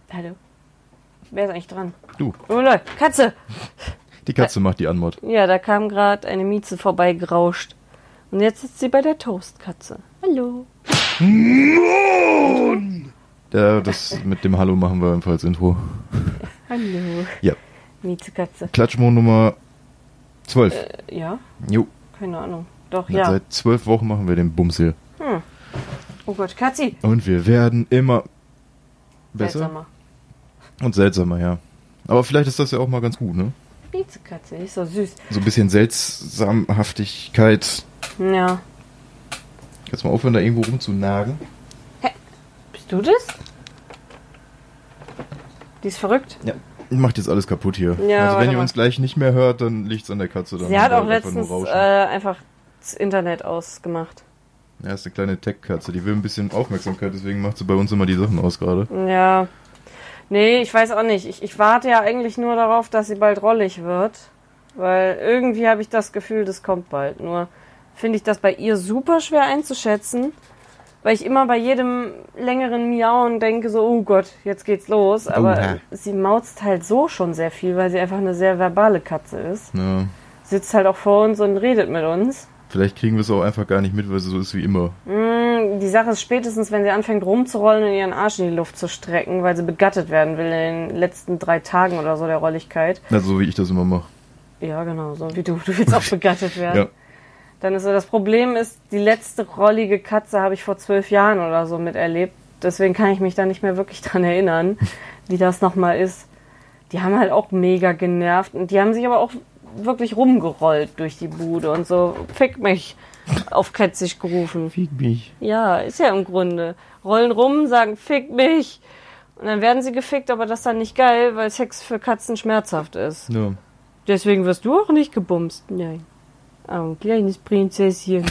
Hallo. Wer ist eigentlich dran? Du. Oh Leute, Katze! Die Katze macht die Anmod. Ja, da kam gerade eine Mieze vorbeigerauscht. Und jetzt sitzt sie bei der Toastkatze. Hallo. Ja, das mit dem Hallo machen wir einfach als Intro. Hallo. Ja. Miezekatze. Klatschmo Nummer 12. Ja? Jo. Keine Ahnung. Doch, Und ja. seit 12 Wochen machen wir den Bums hier. Oh Gott, Katzi. Und wir werden immer besser Seltsamer. und seltsamer, ja. Aber vielleicht ist das ja auch mal ganz gut, ne? Miezekatze, die ist so süß. So ein bisschen Seltsamhaftigkeit. Ja. Kannst du mal aufhören, da irgendwo rumzunagen? Bist du das? Die ist verrückt. Ja. Macht jetzt alles kaputt hier. Ja, also wenn warte ihr mal. uns gleich nicht mehr hört, dann liegt's an der Katze. Dann Sie hat auch einfach nur letztens rauschen. einfach das Internet ausgemacht. Ja, ist eine kleine Tech-Katze. Die will ein bisschen Aufmerksamkeit, deswegen macht sie bei uns immer die Sachen aus gerade. Ja. Nee, ich weiß auch nicht. Ich warte ja eigentlich nur darauf, dass sie bald rollig wird. Weil irgendwie habe ich das Gefühl, das kommt bald. Nur finde ich das bei ihr super schwer einzuschätzen. Weil ich immer bei jedem längeren Miauen denke so, oh Gott, jetzt geht's los. Aber Oha. sie mauzt halt so schon sehr viel, weil sie einfach eine sehr verbale Katze ist. Ja. Sitzt halt auch vor uns und redet mit uns. Vielleicht kriegen wir es auch einfach gar nicht mit, weil sie so ist wie immer. Die Sache ist spätestens, wenn sie anfängt rumzurollen und ihren Arsch in die Luft zu strecken, weil sie begattet werden will in den letzten 3 Tagen oder so der Rolligkeit. Also so wie ich das immer mache. Ja, genau, so wie du. Du willst auch begattet werden. Ja. Dann ist so, das Problem ist, die letzte rollige Katze habe ich vor 12 Jahren oder so miterlebt. Deswegen kann ich mich da nicht mehr wirklich dran erinnern, wie das nochmal ist. Die haben halt auch mega genervt und die haben sich aber auch wirklich rumgerollt durch die Bude und so, fick mich, auf Kätzig gerufen. Fick mich. Ja, ist ja im Grunde. Rollen rum, sagen, fick mich. Und dann werden sie gefickt, aber das ist dann nicht geil, weil Sex für Katzen schmerzhaft ist. Ja. Deswegen wirst du auch nicht gebumst. Nein. Oh, ein kleines Prinzesschen.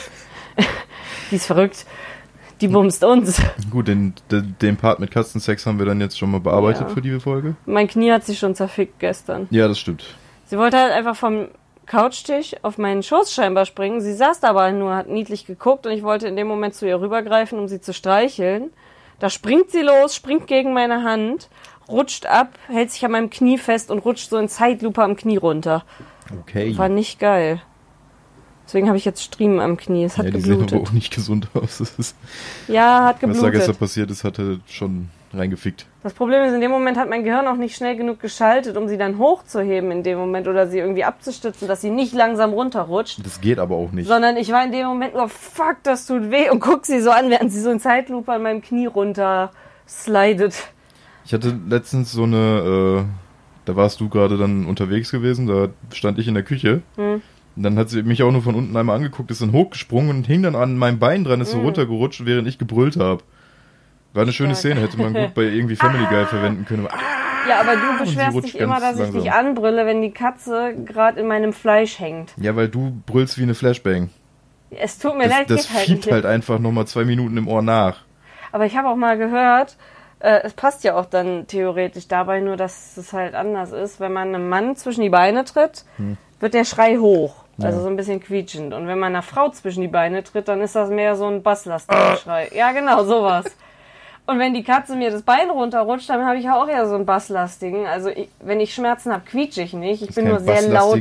Die ist verrückt. Die bumst uns. Gut, den Part mit Katzensex haben wir dann jetzt schon mal bearbeitet Ja. für die Folge. Mein Knie hat sich schon zerfickt gestern. Ja, das stimmt. Sie wollte halt einfach vom Couchtisch auf meinen Schoß scheinbar springen. Sie saß da aber nur, hat niedlich geguckt und ich wollte in dem Moment zu ihr rübergreifen, um sie zu streicheln. Da springt sie los, springt gegen meine Hand, rutscht ab, hält sich an meinem Knie fest und rutscht so in Zeitlupe am Knie runter. Okay. War nicht geil. Deswegen habe ich jetzt Striemen am Knie. Es hat Ja, die sehen geblutet. aber auch nicht gesund aus. Das ist, Ja, hat was da gestern geblutet. passiert ist, hatte schon reingefickt. Das Problem ist, in dem Moment hat mein Gehirn auch nicht schnell genug geschaltet, um sie dann hochzuheben in dem Moment oder sie irgendwie abzustützen, dass sie nicht langsam runterrutscht. Das geht aber auch nicht. Sondern ich war in dem Moment nur, fuck, das tut weh und guck sie so an, während sie so in Zeitlupe an meinem Knie runter slidet. Ich hatte letztens so eine, da warst du gerade dann unterwegs gewesen, da stand ich in der Küche. Und dann hat sie mich auch nur von unten einmal angeguckt, ist dann hochgesprungen und hing dann an meinem Bein dran, ist so runtergerutscht, während ich gebrüllt habe. War eine schöne Szene, hätte man gut bei irgendwie Family Guy verwenden können. Ja, aber du und sie beschwerst rutscht dich immer, ganz dass ich dich langsam. anbrülle, wenn die Katze gerade in meinem Fleisch hängt. Ja, weil du brüllst wie eine Flashbang. Es tut mir leid, Das geht halt fiebt nicht. halt einfach nochmal 2 Minuten im Ohr nach. Aber ich habe auch mal gehört, es passt ja auch dann theoretisch dabei, nur dass es halt anders ist. Wenn man einem Mann zwischen die Beine tritt, wird der Schrei hoch. Also so ein bisschen quietschend. Und wenn man einer Frau zwischen die Beine tritt, dann ist das mehr so ein basslastiger Schrei. Ja, genau, sowas. Und wenn die Katze mir das Bein runterrutscht, dann habe ich auch eher so einen basslastigen. Also wenn ich Schmerzen habe, quietsche ich nicht. Ich bin nur sehr laut.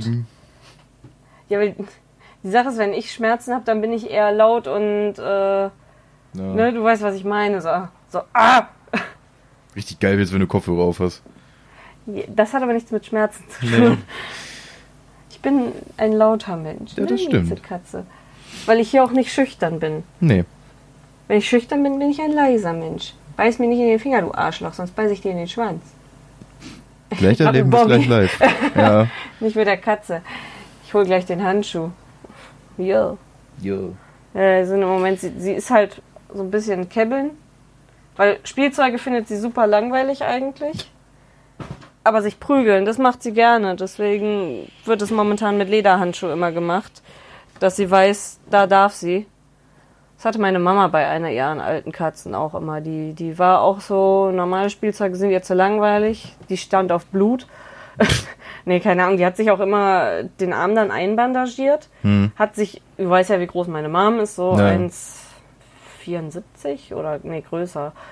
Ja, weil die Sache ist, wenn ich Schmerzen habe, dann bin ich eher laut und ne, du weißt, was ich meine. So, Richtig geil wird's, wenn du Kopfhörer auf hast. Das hat aber nichts mit Schmerzen zu tun. Nee. Ich bin ein lauter Mensch. Ja, das stimmt. Miezekatze. Weil ich hier auch nicht schüchtern bin. Nee. Wenn ich schüchtern bin, bin ich ein leiser Mensch. Beiß mir nicht in den Finger, du Arschloch, sonst beiß ich dir in den Schwanz. Gleich erleben wir es Bobby. gleich live. Ja. Nicht mit der Katze. Ich hol gleich den Handschuh. Jo. Jo. Also im Moment, sie ist halt so ein bisschen Käbbeln. Weil Spielzeuge findet sie super langweilig eigentlich. Aber sich prügeln, das macht sie gerne. Deswegen wird es momentan mit Lederhandschuh immer gemacht. Dass sie weiß, da darf sie. Das hatte meine Mama bei einer ihrer alten Katzen auch immer. Die war auch so, normale Spielzeuge sind ihr zu langweilig. Die stand auf Blut. Nee, keine Ahnung, die hat sich auch immer den Arm dann einbandagiert. Hat sich, du weißt ja, wie groß meine Mom ist, so Ja. 1,74 oder, nee, größer.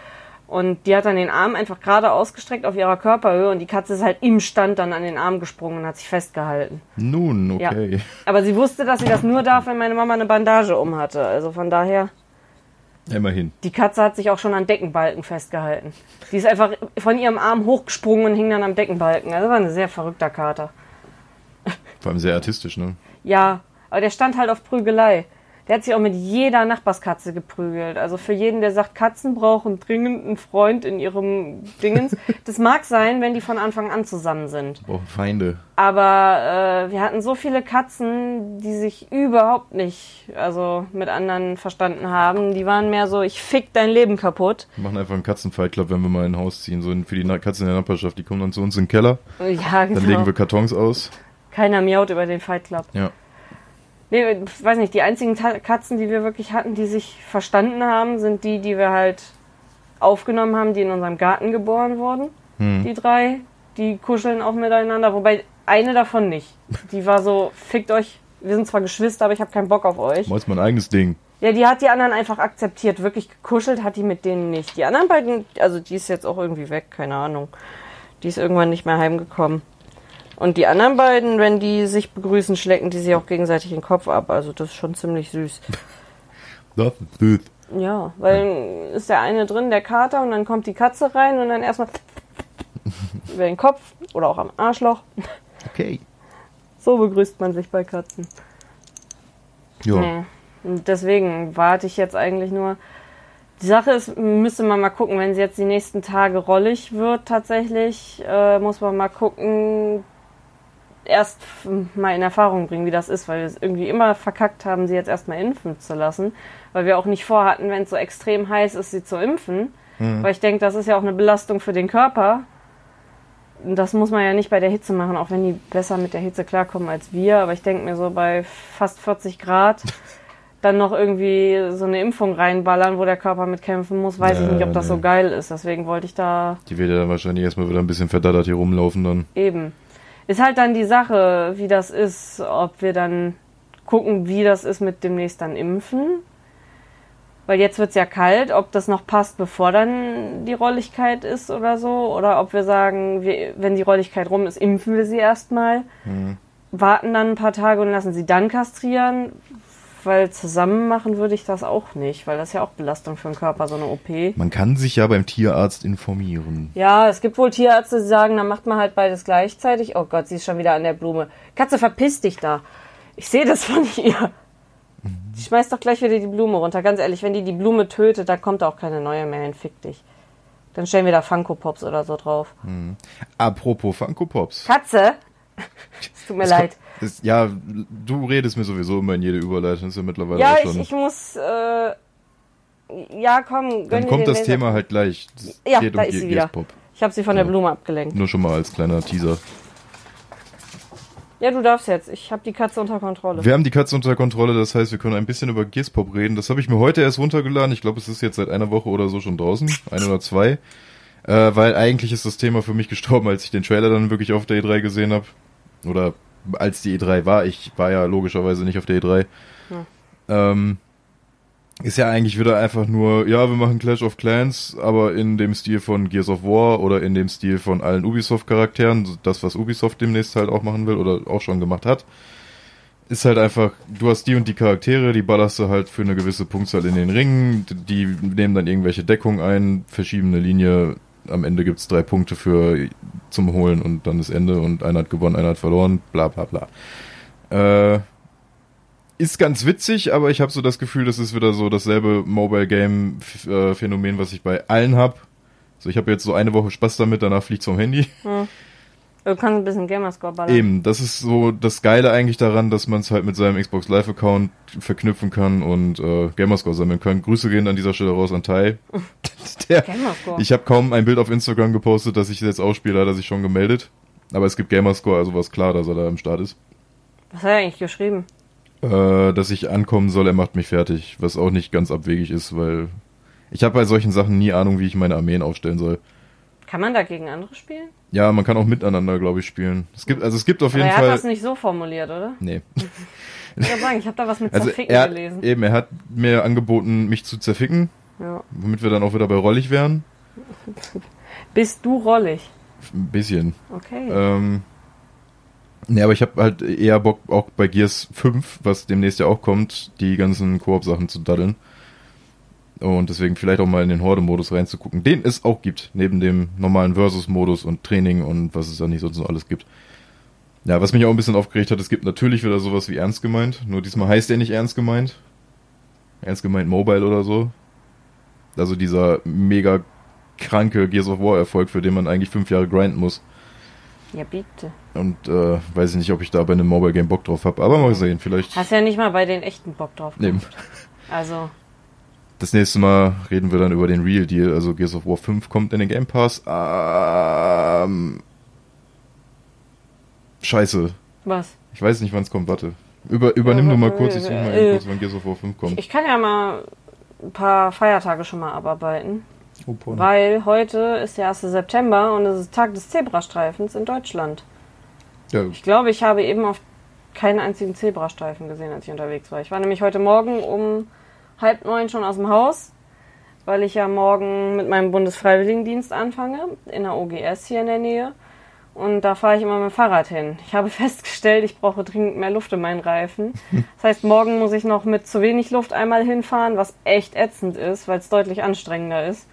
Und die hat dann den Arm einfach gerade ausgestreckt auf ihrer Körperhöhe und die Katze ist halt im Stand dann an den Arm gesprungen und hat sich festgehalten. Nun, okay. Ja. Aber sie wusste, dass sie das nur darf, wenn meine Mama eine Bandage um hatte. Also von daher... Immerhin. Die Katze hat sich auch schon an Deckenbalken festgehalten. Die ist einfach von ihrem Arm hochgesprungen und hing dann am Deckenbalken. Also war ein sehr verrückter Kater. Vor allem sehr artistisch, ne? Ja, aber der stand halt auf Prügelei. Der hat sich auch mit jeder Nachbarskatze geprügelt. Also für jeden, der sagt, Katzen brauchen dringend einen Freund in ihrem Dingens. Das mag sein, wenn die von Anfang an zusammen sind. Brauchen Feinde. Aber wir hatten so viele Katzen, die sich überhaupt nicht mit anderen verstanden haben. Die waren mehr so, ich fick dein Leben kaputt. Wir machen einfach einen Katzenfight-Club, wenn wir mal in ein Haus ziehen. So für die Katzen in der Nachbarschaft, die kommen dann zu uns in den Keller. Ja, genau. Dann legen wir Kartons aus. Keiner miaut über den Fight Club. Ja. Nee, ich weiß nicht, die einzigen Katzen, die wir wirklich hatten, die sich verstanden haben, sind die wir halt aufgenommen haben, die in unserem Garten geboren wurden. Die 3, die kuscheln auch miteinander, wobei eine davon nicht. Die war so, fickt euch, wir sind zwar Geschwister, aber ich habe keinen Bock auf euch. Mal ist mein eigenes Ding. Ja, die hat die anderen einfach akzeptiert, wirklich gekuschelt hat die mit denen nicht. Die anderen beiden, also die ist jetzt auch irgendwie weg, keine Ahnung. Die ist irgendwann nicht mehr heimgekommen. Und die anderen beiden, wenn die sich begrüßen, schlecken die sich auch gegenseitig den Kopf ab. Also das ist schon ziemlich süß. Das ist süß. Ja, weil ist der eine drin, der Kater, und dann kommt die Katze rein und dann erstmal über den Kopf oder auch am Arschloch. Okay. So begrüßt man sich bei Katzen. Ja. Nee. Und deswegen warte ich jetzt eigentlich nur. Die Sache ist, müsste man mal gucken, wenn sie jetzt die nächsten Tage rollig wird tatsächlich, muss man mal gucken, erst mal in Erfahrung bringen, wie das ist, weil wir es irgendwie immer verkackt haben, sie jetzt erstmal impfen zu lassen, weil wir auch nicht vorhatten, wenn es so extrem heiß ist, sie zu impfen, weil ich denke, das ist ja auch eine Belastung für den Körper. Und das muss man ja nicht bei der Hitze machen, auch wenn die besser mit der Hitze klarkommen als wir, aber ich denke mir so bei fast 40 Grad dann noch irgendwie so eine Impfung reinballern, wo der Körper mit kämpfen muss, weiß ich nicht, ob das so geil ist, deswegen wollte ich da... Die wird ja dann wahrscheinlich erstmal wieder ein bisschen verdattert hier rumlaufen dann. Eben. Ist halt dann die Sache, wie das ist, ob wir dann gucken, wie das ist mit demnächst dann impfen. Weil jetzt wird's ja kalt, ob das noch passt, bevor dann die Rolligkeit ist oder so. Oder ob wir sagen, wenn die Rolligkeit rum ist, impfen wir sie erstmal, warten dann ein paar Tage und lassen sie dann kastrieren. Weil zusammen machen würde ich das auch nicht, weil das ist ja auch Belastung für den Körper, so eine OP. Man kann sich ja beim Tierarzt informieren. Ja, es gibt wohl Tierärzte, die sagen, dann macht man halt beides gleichzeitig. Oh Gott, sie ist schon wieder an der Blume. Katze, verpiss dich da. Ich sehe das von ihr. Die schmeißt doch gleich wieder die Blume runter. Ganz ehrlich, wenn die Blume tötet, dann kommt da auch keine neue mehr hin. Fick dich. Dann stellen wir da Funko Pops oder so drauf. Apropos Funko Pops. Katze? Es tut mir leid. Ja, du redest mir sowieso immer in jede Überleitung. Das ist ja mittlerweile Ja, auch schon... ich muss... ja, komm, gönn Dann dir kommt den das Laser. Thema halt gleich. Es Ja, geht da um ist sie wieder. Gears-Pop. Ich habe sie von der Blume abgelenkt. Nur schon mal als kleiner Teaser. Ja, du darfst jetzt. Ich habe die Katze unter Kontrolle. Wir haben die Katze unter Kontrolle, das heißt, wir können ein bisschen über Gears-Pop reden. Das habe ich mir heute erst runtergeladen. Ich glaube, es ist jetzt seit einer Woche oder so schon draußen. 1 oder 2. Weil eigentlich ist das Thema für mich gestorben, als ich den Trailer dann wirklich auf der E3 gesehen habe. Oder als die E3 war. Ich war ja logischerweise nicht auf der E3. Ist ja eigentlich wieder einfach nur, ja, wir machen Clash of Clans, aber in dem Stil von Gears of War oder in dem Stil von allen Ubisoft-Charakteren, das, was Ubisoft demnächst halt auch machen will oder auch schon gemacht hat, ist halt einfach, du hast die und die Charaktere, die ballerst du halt für eine gewisse Punktzahl in den Ringen, die nehmen dann irgendwelche Deckung ein, verschieben eine Linie, am Ende gibt's 3 Punkte zum Holen und dann ist Ende und einer hat gewonnen, einer hat verloren, bla bla bla. Ist ganz witzig, aber ich habe so das Gefühl, das ist wieder so dasselbe Mobile-Game-Phänomen, was ich bei allen habe. Also ich habe jetzt so eine Woche Spaß damit, danach fliegt's vom Handy. Du kannst ein bisschen Gamerscore ballern. Eben, das ist so das Geile eigentlich daran, dass man es halt mit seinem Xbox Live-Account verknüpfen kann und Gamerscore sammeln kann. Grüße gehen an dieser Stelle raus an Tai. Gamerscore. Ich habe kaum ein Bild auf Instagram gepostet, dass ich jetzt ausspiele, hat er sich schon gemeldet. Aber es gibt Gamerscore, also war es klar, dass er da am Start ist. Was hat er eigentlich geschrieben? Dass ich ankommen soll, er macht mich fertig. Was auch nicht ganz abwegig ist, weil ich habe bei solchen Sachen nie Ahnung, wie ich meine Armeen aufstellen soll. Kann man da gegen andere spielen? Ja, man kann auch miteinander, glaube ich, spielen. Es gibt auf jeden Aber Fall... er hat das nicht so formuliert, oder? Nee. Ich würde sagen, ich habe da was mit Also Zerficken gelesen. er hat mir angeboten, mich zu zerficken, Ja. womit wir dann auch wieder bei rollig wären. Bist du rollig? Ein bisschen. Okay. Ne, aber ich habe halt eher Bock, auch bei Gears 5, was demnächst ja auch kommt, die ganzen Koop-Sachen zu daddeln. Und deswegen vielleicht auch mal in den Horde-Modus reinzugucken, den es auch gibt, neben dem normalen Versus-Modus und Training und was es da nicht sonst noch alles gibt. Ja, was mich auch ein bisschen aufgeregt hat, es gibt natürlich wieder sowas wie ernst gemeint, nur diesmal heißt der nicht ernst gemeint. Ernst gemeint Mobile oder so. Also dieser mega kranke Gears of War Erfolg, für den man eigentlich 5 Jahre grinden muss. Ja, bitte. Und weiß ich nicht, ob ich da bei einem Mobile Game Bock drauf habe, aber mal sehen, vielleicht. Hast ja nicht mal bei den echten Bock drauf Eben. Also. Das nächste Mal reden wir dann über den Real Deal, also Gears of War 5 kommt in den Game Pass. Scheiße. Was? Ich weiß nicht, wann es kommt, warte. Übernimm du mal kurz, ich suche mal eben kurz, wann Gears of War 5 kommt. Ich kann ja mal ein paar Feiertage schon mal abarbeiten. Oh, Porno. Weil heute ist der 1. September und es ist Tag des Zebrastreifens in Deutschland. Ja, Ich glaube, ich habe eben auf keinen einzigen Zebrastreifen gesehen, als ich unterwegs war. Ich war nämlich heute Morgen um 8:30 schon aus dem Haus, weil ich ja morgen mit meinem Bundesfreiwilligendienst anfange, in der OGS hier in der Nähe. Und da fahre ich immer mit dem Fahrrad hin. Ich habe festgestellt, ich brauche dringend mehr Luft in meinen Reifen. Das heißt, morgen muss ich noch mit zu wenig Luft einmal hinfahren, was echt ätzend ist, weil es deutlich anstrengender ist.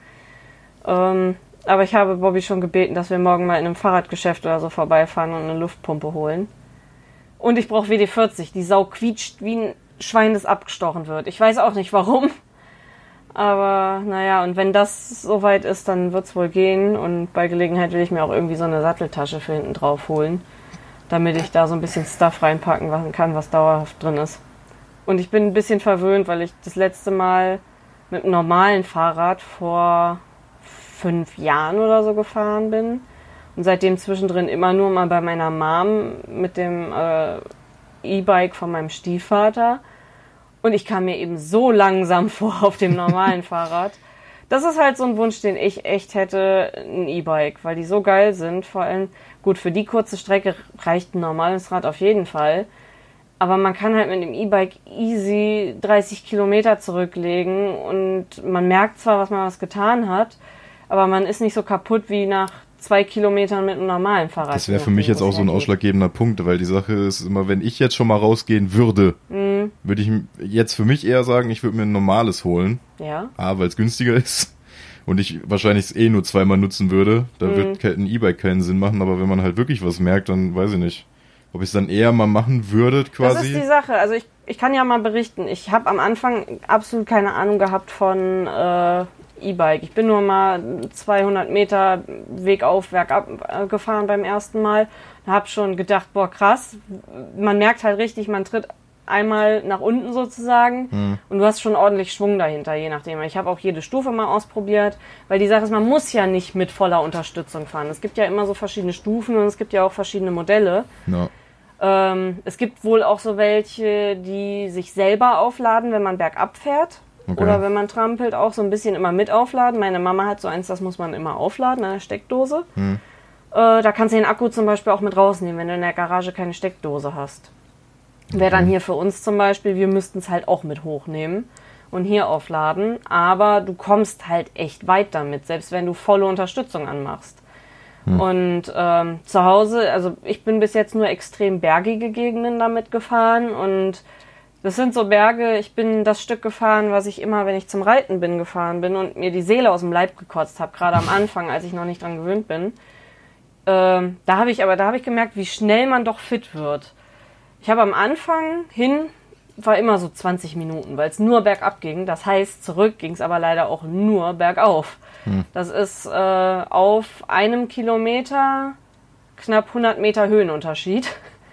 Aber ich habe Bobby schon gebeten, dass wir morgen mal in einem Fahrradgeschäft oder so vorbeifahren und eine Luftpumpe holen. Und ich brauche WD-40. Die Sau quietscht wie ein Schwein, das abgestochen wird. Ich weiß auch nicht warum. Aber naja, und wenn das soweit ist, dann wird's wohl gehen. Und bei Gelegenheit will ich mir auch irgendwie so eine Satteltasche für hinten drauf holen, damit ich da so ein bisschen Stuff reinpacken kann, was dauerhaft drin ist. Und ich bin ein bisschen verwöhnt, weil ich das letzte Mal mit einem normalen Fahrrad vor 5 Jahren oder so gefahren bin. Und seitdem zwischendrin immer nur mal bei meiner Mom mit dem E-Bike von meinem Stiefvater. Und ich kam mir eben so langsam vor auf dem normalen Fahrrad. Das ist halt so ein Wunsch, den ich echt hätte, ein E-Bike, weil die so geil sind. Vor allem, gut, für die kurze Strecke reicht ein normales Rad auf jeden Fall. Aber man kann halt mit dem E-Bike easy 30 Kilometer zurücklegen und man merkt zwar, was man was getan hat, aber man ist nicht so kaputt wie nach 2 Kilometern mit einem normalen Fahrrad. Das wäre für mich jetzt auch so ein ausschlaggebender Punkt, weil die Sache ist immer, wenn ich jetzt schon mal rausgehen würde, würde ich jetzt für mich eher sagen, ich würde mir ein normales holen. Ja. A, weil es günstiger ist und ich wahrscheinlich es nur zweimal nutzen würde. Da wird ein E-Bike keinen Sinn machen, aber wenn man halt wirklich was merkt, dann weiß ich nicht, ob ich es dann eher mal machen würde quasi. Das ist die Sache. Also ich kann ja mal berichten. Ich habe am Anfang absolut keine Ahnung gehabt von E-Bike. Ich bin nur mal 200 Meter Weg auf, Werk ab gefahren beim ersten Mal. Da habe schon gedacht, boah, krass. Man merkt halt richtig, man tritt einmal nach unten sozusagen und du hast schon ordentlich Schwung dahinter, je nachdem. Ich habe auch jede Stufe mal ausprobiert, weil die Sache ist, man muss ja nicht mit voller Unterstützung fahren. Es gibt ja immer so verschiedene Stufen und es gibt ja auch verschiedene Modelle. Ja. Es gibt wohl auch so welche, die sich selber aufladen, wenn man bergab fährt. Okay. Oder wenn man trampelt, auch so ein bisschen immer mit aufladen. Meine Mama hat so eins, das muss man immer aufladen, eine Steckdose. Da kannst du den Akku zum Beispiel auch mit rausnehmen, wenn du in der Garage keine Steckdose hast. Wäre dann hier für uns zum Beispiel, wir müssten es halt auch mit hochnehmen und hier aufladen. Aber du kommst halt echt weit damit, selbst wenn du volle Unterstützung anmachst. Und zu Hause, also ich bin bis jetzt nur extrem bergige Gegenden damit gefahren und das sind so Berge, ich bin das Stück gefahren, was ich immer, wenn ich zum Reiten bin, gefahren bin und mir die Seele aus dem Leib gekotzt habe, gerade am Anfang, als ich noch nicht dran gewöhnt bin. Da habe ich gemerkt, wie schnell man doch fit wird. Ich habe am Anfang war immer so 20 Minuten, weil es nur bergab ging. Das heißt, zurück ging es aber leider auch nur bergauf. Das ist auf einem Kilometer knapp 100 Meter Höhenunterschied.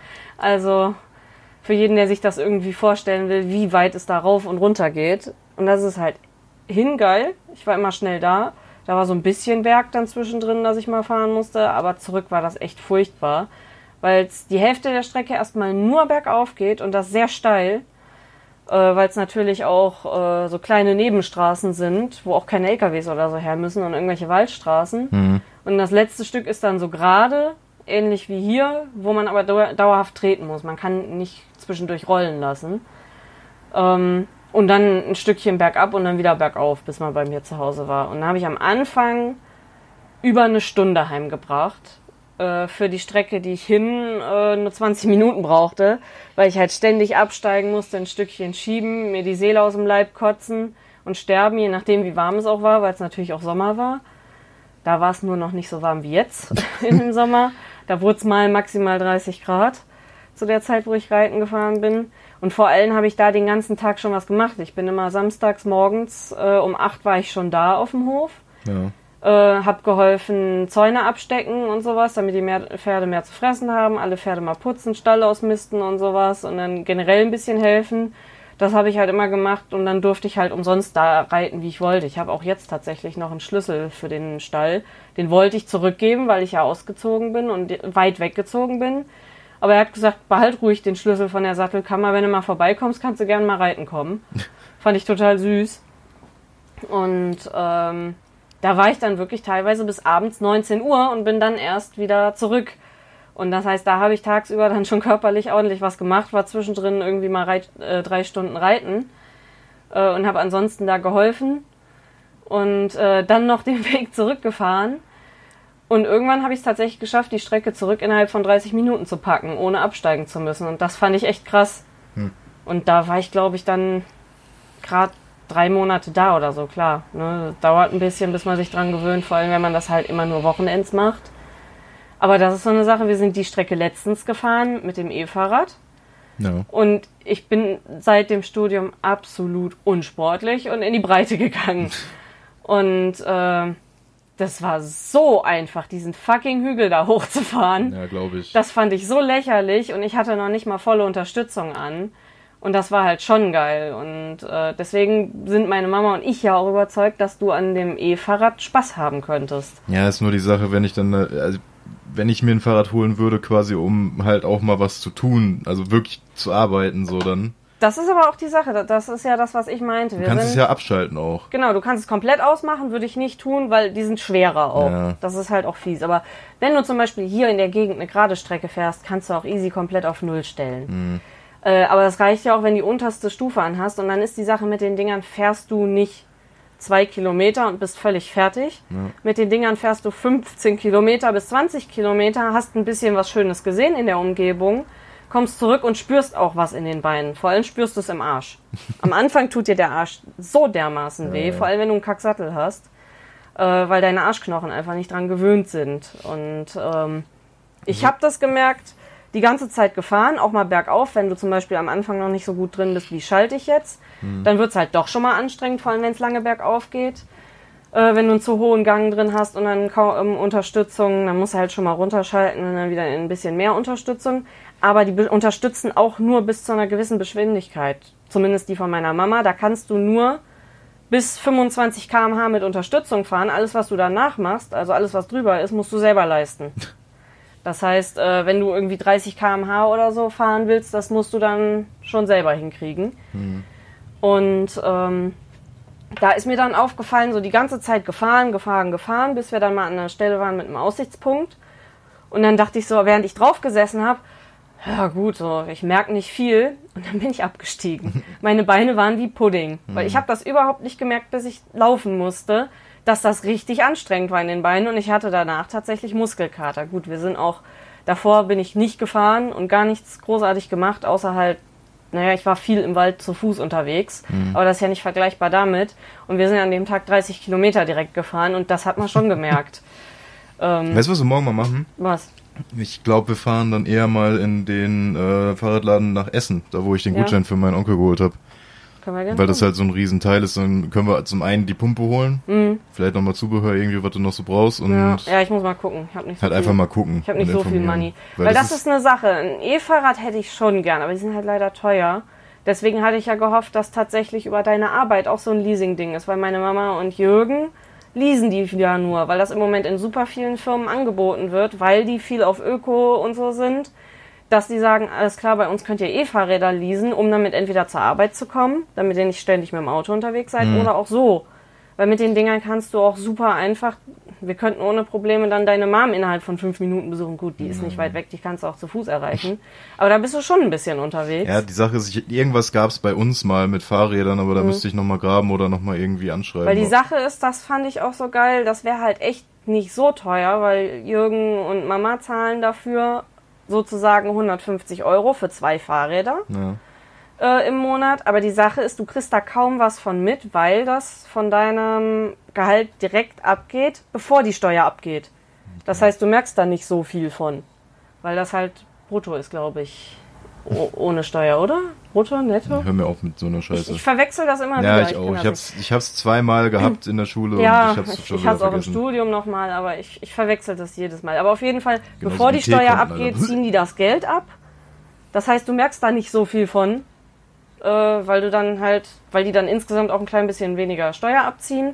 Also für jeden, der sich das irgendwie vorstellen will, wie weit es da rauf und runter geht. Und das ist halt geil. Ich war immer schnell da. Da war so ein bisschen Berg dann zwischendrin, dass ich mal fahren musste. Aber zurück war das echt furchtbar. Weil es die Hälfte der Strecke erstmal nur bergauf geht und das sehr steil. Weil es natürlich auch so kleine Nebenstraßen sind, wo auch keine LKWs oder so her müssen und irgendwelche Waldstraßen. Und das letzte Stück ist dann so gerade, ähnlich wie hier, wo man aber dauerhaft treten muss. Man kann nicht zwischendurch rollen lassen. Und Und dann ein Stückchen bergab und dann wieder bergauf, bis man bei mir zu Hause war. Und dann habe ich am Anfang über eine Stunde heimgebracht. Für die Strecke, die ich hin nur 20 Minuten brauchte, weil ich halt ständig absteigen musste, ein Stückchen schieben, mir die Seele aus dem Leib kotzen und sterben, je nachdem wie warm es auch war, weil es natürlich auch Sommer war. Da war es nur noch nicht so warm wie jetzt in dem Sommer. Da wurde es mal maximal 30 Grad zu der Zeit, wo ich reiten gefahren bin. Und vor allem habe ich da den ganzen Tag schon was gemacht. Ich bin immer samstags morgens, um 8 war ich schon da auf dem Hof. Ja. Hab geholfen, Zäune abstecken und sowas, damit die Pferde mehr zu fressen haben, alle Pferde mal putzen, Stall ausmisten und sowas und dann generell ein bisschen helfen. Das habe ich halt immer gemacht und dann durfte ich halt umsonst da reiten, wie ich wollte. Ich habe auch jetzt tatsächlich noch einen Schlüssel für den Stall. Den wollte ich zurückgeben, weil ich ja ausgezogen bin und weit weggezogen bin. Aber er hat gesagt, behalt ruhig den Schlüssel von der Sattelkammer. Wenn du mal vorbeikommst, kannst du gerne mal reiten kommen. Fand ich total süß. Und da war ich dann wirklich teilweise bis abends 19 Uhr und bin dann erst wieder zurück. Und das heißt, da habe ich tagsüber dann schon körperlich ordentlich was gemacht, war zwischendrin irgendwie mal 3 Stunden reiten und habe ansonsten da geholfen und dann noch den Weg zurückgefahren. Und irgendwann habe ich es tatsächlich geschafft, die Strecke zurück innerhalb von 30 Minuten zu packen, ohne absteigen zu müssen. Und das fand ich echt krass. Und da war ich, glaube ich, dann gerade 3 Monate da oder so, klar. Ne? Dauert ein bisschen, bis man sich dran gewöhnt, vor allem wenn man das halt immer nur Wochenends macht. Aber das ist so eine Sache, wir sind die Strecke letztens gefahren mit dem E-Fahrrad. Ja. Und ich bin seit dem Studium absolut unsportlich und in die Breite gegangen. Und das war so einfach, diesen fucking Hügel da hochzufahren. Ja, glaube ich. Das fand ich so lächerlich und ich hatte noch nicht mal volle Unterstützung an. Und das war halt schon geil. Und deswegen sind meine Mama und ich ja auch überzeugt, dass du an dem E-Fahrrad Spaß haben könntest. Ja, ist nur die Sache, wenn ich dann, also wenn ich mir ein Fahrrad holen würde, quasi um halt auch mal was zu tun, also wirklich zu arbeiten, so dann. Das ist aber auch die Sache. Das ist ja das, was ich meinte. Du kannst es ja abschalten auch. Genau, du kannst es komplett ausmachen, würde ich nicht tun, weil die sind schwerer auch. Ja. Das ist halt auch fies. Aber wenn du zum Beispiel hier in der Gegend eine gerade Strecke fährst, kannst du auch easy komplett auf Null stellen. Aber das reicht ja auch, wenn die unterste Stufe anhast. Und dann ist die Sache mit den Dingern, fährst du nicht 2 Kilometer und bist völlig fertig. Ja. Mit den Dingern fährst du 15 Kilometer bis 20 Kilometer, hast ein bisschen was Schönes gesehen in der Umgebung, kommst zurück und spürst auch was in den Beinen. Vor allem spürst du es im Arsch. Am Anfang tut dir der Arsch so dermaßen weh, vor allem wenn du einen Kacksattel hast, weil deine Arschknochen einfach nicht dran gewöhnt sind. Und ich habe das gemerkt, die ganze Zeit gefahren, auch mal bergauf, wenn du zum Beispiel am Anfang noch nicht so gut drin bist, wie schalte ich jetzt, dann wird's halt doch schon mal anstrengend, vor allem wenn es lange bergauf geht. Wenn du einen zu hohen Gang drin hast und dann kaum Unterstützung, dann musst du halt schon mal runterschalten und dann wieder ein bisschen mehr Unterstützung. Aber die unterstützen auch nur bis zu einer gewissen Geschwindigkeit. Zumindest die von meiner Mama. Da kannst du nur bis 25 km/h mit Unterstützung fahren. Alles, was du danach machst, also alles, was drüber ist, musst du selber leisten. Das heißt, wenn du irgendwie 30 km/h oder so fahren willst, das musst du dann schon selber hinkriegen. Und da ist mir dann aufgefallen, so die ganze Zeit gefahren, bis wir dann mal an einer Stelle waren mit einem Aussichtspunkt. Und dann dachte ich so, während ich drauf gesessen habe, ja gut, so ich merke nicht viel. Und dann bin ich abgestiegen. Meine Beine waren wie Pudding. Weil ich habe das überhaupt nicht gemerkt, bis ich laufen musste, dass das richtig anstrengend war in den Beinen. Und ich hatte danach tatsächlich Muskelkater. Gut, davor bin ich nicht gefahren und gar nichts großartig gemacht, außer halt, naja, ich war viel im Wald zu Fuß unterwegs. Aber das ist ja nicht vergleichbar damit. Und wir sind an dem Tag 30 Kilometer direkt gefahren und das hat man schon gemerkt. Weißt du, was wir morgen mal machen? Was? Ich glaube, wir fahren dann eher mal in den Fahrradladen nach Essen, da wo ich den Gutschein für meinen Onkel geholt habe. Weil das halt so ein Riesenteil ist, dann können wir zum einen die Pumpe holen, vielleicht nochmal Zubehör, irgendwie, was du noch so brauchst. Und ja, ich muss mal gucken. Ich hab nicht so halt viel. einfach mal gucken. Ich habe nicht so viel Money. Weil das ist eine Sache. Ein E-Fahrrad hätte ich schon gern, aber die sind halt leider teuer. Deswegen hatte ich ja gehofft, dass tatsächlich über deine Arbeit auch so ein Leasing-Ding ist, weil meine Mama und Jürgen leasen die ja nur, weil das im Moment in super vielen Firmen angeboten wird, weil die viel auf Öko und so sind, dass die sagen, alles klar, bei uns könnt ihr E-Fahrräder leasen, um damit entweder zur Arbeit zu kommen, damit ihr nicht ständig mit dem Auto unterwegs seid, oder auch so. Weil mit den Dingern kannst du auch super einfach, wir könnten ohne Probleme dann deine Mom innerhalb von 5 Minuten besuchen. Gut, die ist nicht weit weg, die kannst du auch zu Fuß erreichen. Aber da bist du schon ein bisschen unterwegs. Ja, die Sache ist, irgendwas gab's bei uns mal mit Fahrrädern, aber da müsste ich nochmal graben oder nochmal irgendwie anschreiben. Weil die Sache ist, das fand ich auch so geil, das wäre halt echt nicht so teuer, weil Jürgen und Mama zahlen dafür sozusagen 150 € für 2 Fahrräder. Ja. Im Monat, aber die Sache ist, du kriegst da kaum was von mit, weil das von deinem Gehalt direkt abgeht, bevor die Steuer abgeht. Das heißt, du merkst da nicht so viel von, weil das halt brutto ist, glaube ich, ohne Steuer, oder? Brutto, netto? Hör mir auf mit so einer Scheiße. Ich verwechsel das immer ja, wieder. ich auch. Ich hab's zweimal gehabt in der Schule ja, und ich hab's schon ich wieder hatte es auch im vergessen. Studium nochmal, aber ich verwechsel das jedes Mal. Aber auf jeden Fall, Genauso bevor wie die Steuer T-Konten, abgeht, Alter. ziehen die das Geld ab. Das heißt, du merkst da nicht so viel von, weil die dann insgesamt auch ein klein bisschen weniger Steuer abziehen.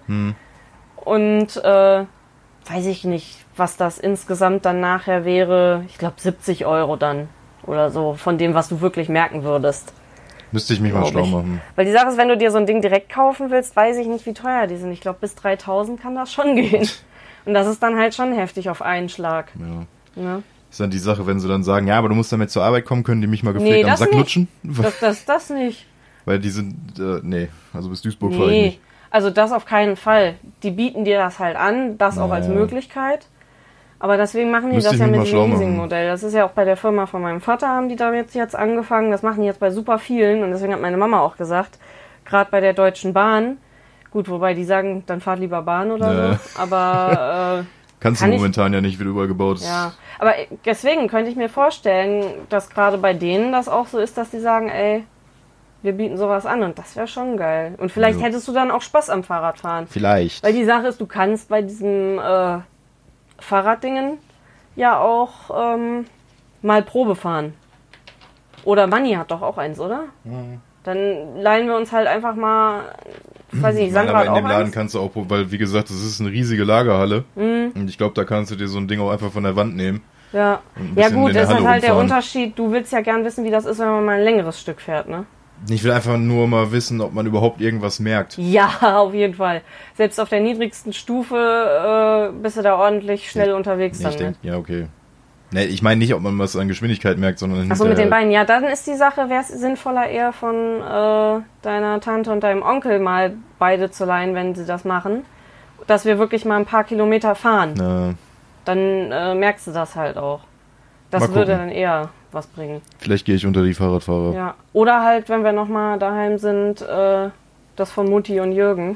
Und weiß ich nicht, was das insgesamt dann nachher wäre. Ich glaube 70 € dann oder so, von dem, was du wirklich merken würdest. Müsste ich mich mal schlau machen. Weil die Sache ist, wenn du dir so ein Ding direkt kaufen willst, weiß ich nicht, wie teuer die sind. Ich glaube, bis 3.000 kann das schon gehen. Und das ist dann halt schon heftig auf einen Schlag. Ja. Ne? Ist dann die Sache, wenn sie dann sagen, ja, aber du musst damit zur Arbeit kommen, können die mich mal gepflegt am Sack nicht. lutschen? Das nicht. Weil die sind, nee, also bis Duisburg fahre ich Nee, nicht. also das auf keinen Fall. Die bieten dir das halt an, das auch als Möglichkeit. Aber deswegen machen die Müsste das ich ja mich mit mal dem schlau machen. Leasing-Modell. Das ist ja auch bei der Firma von meinem Vater, haben die da jetzt angefangen. Das machen die jetzt bei super vielen. Und deswegen hat meine Mama auch gesagt, gerade bei der Deutschen Bahn, gut, wobei die sagen, dann fahrt lieber Bahn oder so. Aber Kannst du momentan ja nicht, wie überall gebaut ist. ja, aber deswegen könnte ich mir vorstellen, dass gerade bei denen das auch so ist, dass die sagen, ey, wir bieten sowas an und das wäre schon geil. Und vielleicht hättest du dann auch Spaß am Fahrradfahren. Vielleicht. Weil die Sache ist, du kannst bei diesem Fahrraddingen ja auch mal Probe fahren. Oder Manni hat doch auch eins, oder? Dann leihen wir uns halt einfach mal, weiß ich nicht, Nein, Sandra aber hat in auch dem Laden eins. kannst du auch, weil wie gesagt, das ist eine riesige Lagerhalle. Und ich glaube, da kannst du dir so ein Ding auch einfach von der Wand nehmen. Ja, und ein ja bisschen gut, in der das ist Halle halt der rumfahren. Unterschied. Du willst ja gern wissen, wie das ist, wenn man mal ein längeres Stück fährt, ne? Ich will einfach nur mal wissen, ob man überhaupt irgendwas merkt. Ja, auf jeden Fall. Selbst auf der niedrigsten Stufe bist du da ordentlich schnell unterwegs Nee, dann. ich denke, ja, okay. Nee, ich meine nicht, ob man was an Geschwindigkeit merkt, sondern Achso, mit den Beinen. Ja, dann ist die Sache, wäre es sinnvoller eher von deiner Tante und deinem Onkel mal beide zu leihen, wenn sie das machen. Dass wir wirklich mal ein paar Kilometer fahren. Dann merkst du das halt auch. Das Mal würde gucken. dann eher was bringen. Vielleicht gehe ich unter die Fahrradfahrer. Ja. Oder halt, wenn wir nochmal daheim sind, das von Mutti und Jürgen.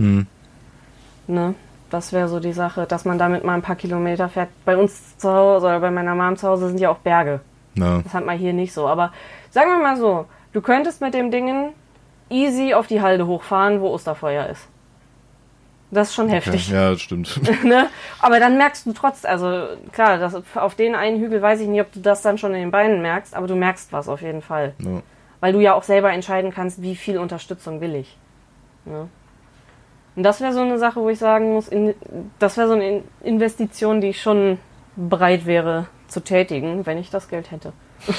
Ne? Das wäre so die Sache, dass man damit mal ein paar Kilometer fährt. Bei uns zu Hause oder bei meiner Mom zu Hause sind ja auch Berge. Na, Das hat man hier nicht so. Aber sagen wir mal so, du könntest mit dem Dingen easy auf die Halde hochfahren, wo Osterfeuer ist. Das ist schon heftig. ja, das stimmt. Ne? Aber dann merkst du trotzdem, also klar, auf den einen Hügel weiß ich nicht, ob du das dann schon in den Beinen merkst, aber du merkst was auf jeden Fall. Ja. Weil du ja auch selber entscheiden kannst, wie viel Unterstützung will ich. Ne? Und das wäre so eine Sache, wo ich sagen muss, das wäre so eine Investition, die ich schon bereit wäre zu tätigen, wenn ich das Geld hätte.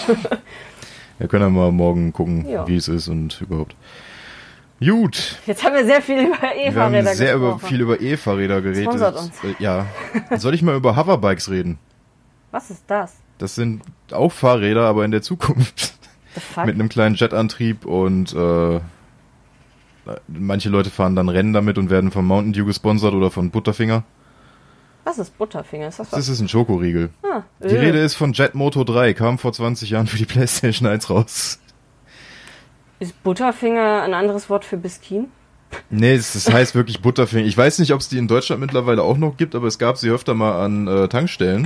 Wir können ja mal morgen gucken, Ja. wie es ist und überhaupt. Gut. Jetzt haben wir sehr viel über Wir haben E-Fahrräder sehr gesprochen. viel über E-Fahrräder geredet. Sponsert uns. Ja. Soll ich mal über Hoverbikes reden? Was ist das? Das sind auch Fahrräder, aber in der Zukunft. The fuck? Mit einem kleinen Jetantrieb und manche Leute fahren dann Rennen damit und werden von Mountain Dew gesponsert oder von Butterfinger. Was ist Butterfinger? Ist das was? Das ist ein Schokoriegel. Ah, Die Rede ist von Jet Moto 3, kam vor 20 Jahren für die PlayStation 1 raus. Ist Butterfinger ein anderes Wort für Biskin? Nee, das heißt wirklich Butterfinger. Ich weiß nicht, ob es die in Deutschland mittlerweile auch noch gibt, aber es gab sie öfter mal an Tankstellen.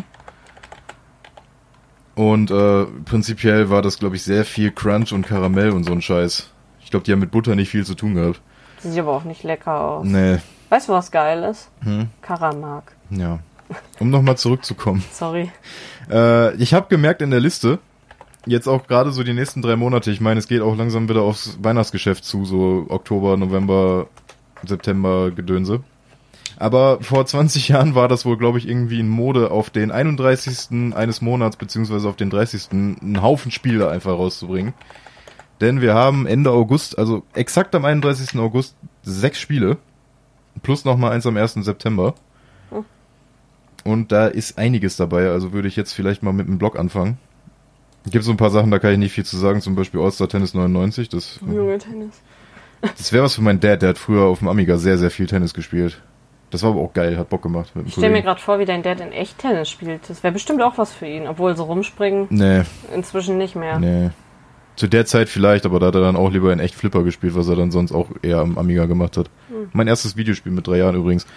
Und prinzipiell war das, glaube ich, sehr viel Crunch und Karamell und so ein Scheiß. Ich glaube, die haben mit Butter nicht viel zu tun gehabt. Sieht aber auch nicht lecker aus. Nee, Weißt du, was geil ist? Karamark. ja. Um nochmal zurückzukommen. Sorry. Ich habe gemerkt in der Liste, jetzt auch gerade so die nächsten 3 Monate, ich meine, es geht auch langsam wieder aufs Weihnachtsgeschäft zu, so Oktober, November, September Gedönse. Aber vor 20 Jahren war das wohl, glaube ich, irgendwie in Mode, auf den 31. eines Monats, beziehungsweise auf den 30. einen Haufen Spiele einfach rauszubringen. Denn wir haben Ende August, also exakt am 31. August, 6 Spiele. plus nochmal eins am 1. September. Und da ist einiges dabei, also würde ich jetzt vielleicht mal mit dem Blog anfangen. Gibt so ein paar Sachen, da kann ich nicht viel zu sagen, zum Beispiel All-Star Tennis 99. Junge Tennis. Das wäre was für meinen Dad, der hat früher auf dem Amiga sehr, sehr viel Tennis gespielt. Das war aber auch geil, hat Bock gemacht. Ich stelle mir gerade vor, wie dein Dad in echt Tennis spielt. Das wäre bestimmt auch was für ihn, obwohl so rumspringen Nee. inzwischen nicht mehr. Nee. Zu der Zeit vielleicht, aber da hat er dann auch lieber in echt Flipper gespielt, was er dann sonst auch eher am Amiga gemacht hat. Mein erstes Videospiel mit 3 Jahren übrigens.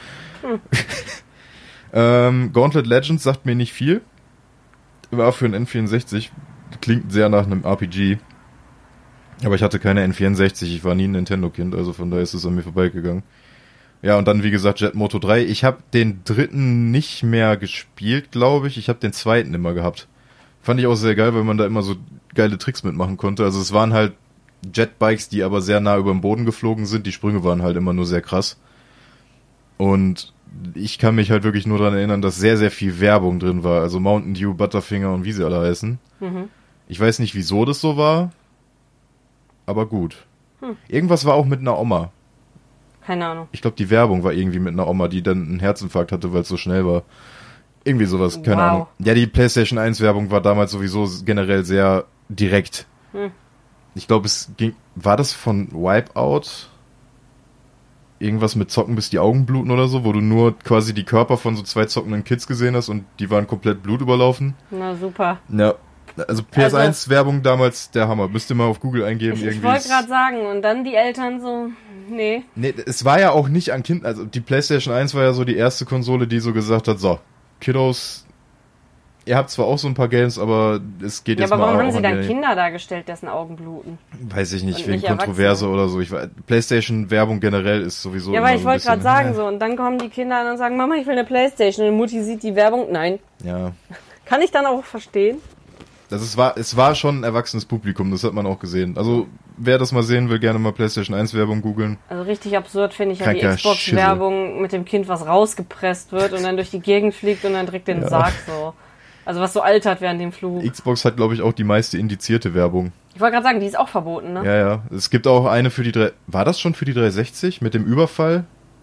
Gauntlet Legends sagt mir nicht viel. War für ein N64. Klingt sehr nach einem RPG. Aber ich hatte keine N64, ich war nie ein Nintendo-Kind, also von daher ist es an mir vorbeigegangen. Ja, und dann, wie gesagt, Jet Moto 3. Ich habe den dritten nicht mehr gespielt, glaube ich. Ich habe den zweiten immer gehabt. Fand ich auch sehr geil, weil man da immer so geile Tricks mitmachen konnte. Also es waren halt Jetbikes, die aber sehr nah über dem Boden geflogen sind. Die Sprünge waren halt immer nur sehr krass. Und ich kann mich halt wirklich nur daran erinnern, dass sehr, sehr viel Werbung drin war. Also Mountain Dew, Butterfinger und wie sie alle heißen. Ich weiß nicht, wieso das so war, aber gut. Irgendwas war auch mit einer Oma. Keine Ahnung. Ich glaube, die Werbung war irgendwie mit einer Oma, die dann einen Herzinfarkt hatte, weil es so schnell war. Irgendwie sowas, keine Ahnung. Ja, die PlayStation 1 Werbung war damals sowieso generell sehr direkt. Ich glaube, war das von Wipeout? Irgendwas mit Zocken bis die Augen bluten oder so, wo du nur quasi die Körper von so 2 zockenden Kids gesehen hast und die waren komplett blutüberlaufen. Na super. Ja, also PS1-Werbung damals der Hammer. Müsst ihr mal auf Google eingeben. Ich wollte gerade sagen, und dann die Eltern so, nee. Nee, es war ja auch nicht an Kind, also die PlayStation 1 war ja so die erste Konsole, die so gesagt hat, so, Kiddos, ihr habt zwar auch so ein paar Games, aber es geht jetzt mal... Ja, aber warum haben auch sie dann Kinder dargestellt, dessen Augen bluten? Weiß ich nicht, Und wegen nicht Kontroverse Erwachsene. oder so. PlayStation-Werbung generell ist sowieso... Ja, weil ich so ein wollte gerade bisschen, sagen so, und dann kommen die Kinder an und sagen, Mama, ich will eine Playstation. Und Mutti sieht die Werbung, nein. Ja. Kann ich dann auch verstehen. Es war schon ein erwachsenes Publikum, das hat man auch gesehen. Also, wer das mal sehen will, gerne mal PlayStation 1 Werbung googeln. Also richtig absurd finde ich ja die Kranker Xbox-Werbung mit dem Kind, was rausgepresst wird und dann durch die Gegend fliegt und dann direkt den Sarg so. Also was so altert während dem Flug. Xbox hat, glaube ich, auch die meiste indizierte Werbung. Ich wollte gerade sagen, die ist auch verboten, ne? Ja, ja. Es gibt auch eine für die war das schon für die 360 mit dem Überfall?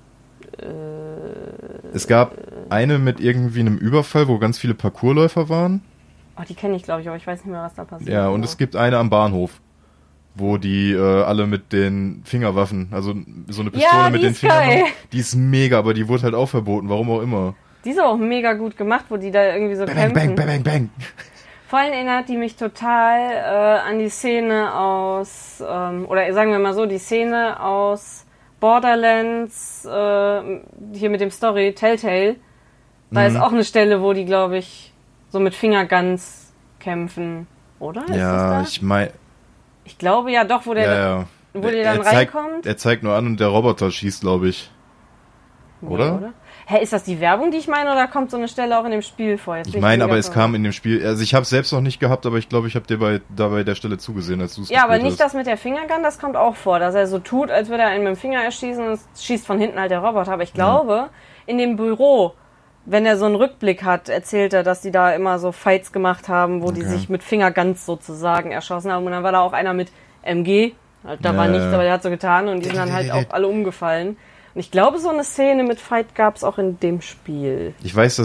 Es gab eine mit irgendwie einem Überfall, wo ganz viele Parkourläufer waren. Oh, die kenne ich, glaube ich, aber ich weiß nicht mehr, was da passiert. Ja, und es gibt eine am Bahnhof, wo die alle mit den Fingerwaffen, also so eine Pistole Ja, mit die den ist Fingern geil. haben. Die ist mega, aber die wurde halt auch verboten, warum auch immer. Die ist auch mega gut gemacht, wo die da irgendwie so Bang, kämpfen. bang, bang, bang, bang. Vor allem erinnert die mich total an die Szene aus, oder sagen wir mal so, die Szene aus Borderlands, hier mit dem Story, Telltale. Da ist auch eine Stelle, wo die, glaube ich, so mit Fingerguns kämpfen, oder? Ist Ja, das da? ich meine... Ich glaube ja doch, wo der wo die dann reinkommt. Er zeigt nur an und der Roboter schießt, glaube ich. Nee, Oder? Hä, ist das die Werbung, die ich meine, oder kommt so eine Stelle auch in dem Spiel vor? Jetzt Ich bin meine, mega aber es verwirrt. kam in dem Spiel... Also ich habe es selbst noch nicht gehabt, aber ich glaube, ich habe dir dabei der Stelle zugesehen, als du es Ja, aber gespielt nicht das mit der Fingergun, das kommt auch vor, dass er so tut, als würde er einen mit dem Finger erschießen und es schießt von hinten halt der Roboter. Aber ich glaube, in dem Büro, wenn er so einen Rückblick hat, erzählt er, dass die da immer so Fights gemacht haben, wo die sich mit Fingerguns sozusagen erschossen haben. Und dann war da auch einer mit MG, halt, da war nichts, aber der hat so getan und die sind dann halt auch alle umgefallen. Und ich glaube, so eine Szene mit Fight gab es auch in dem Spiel. Ich weiß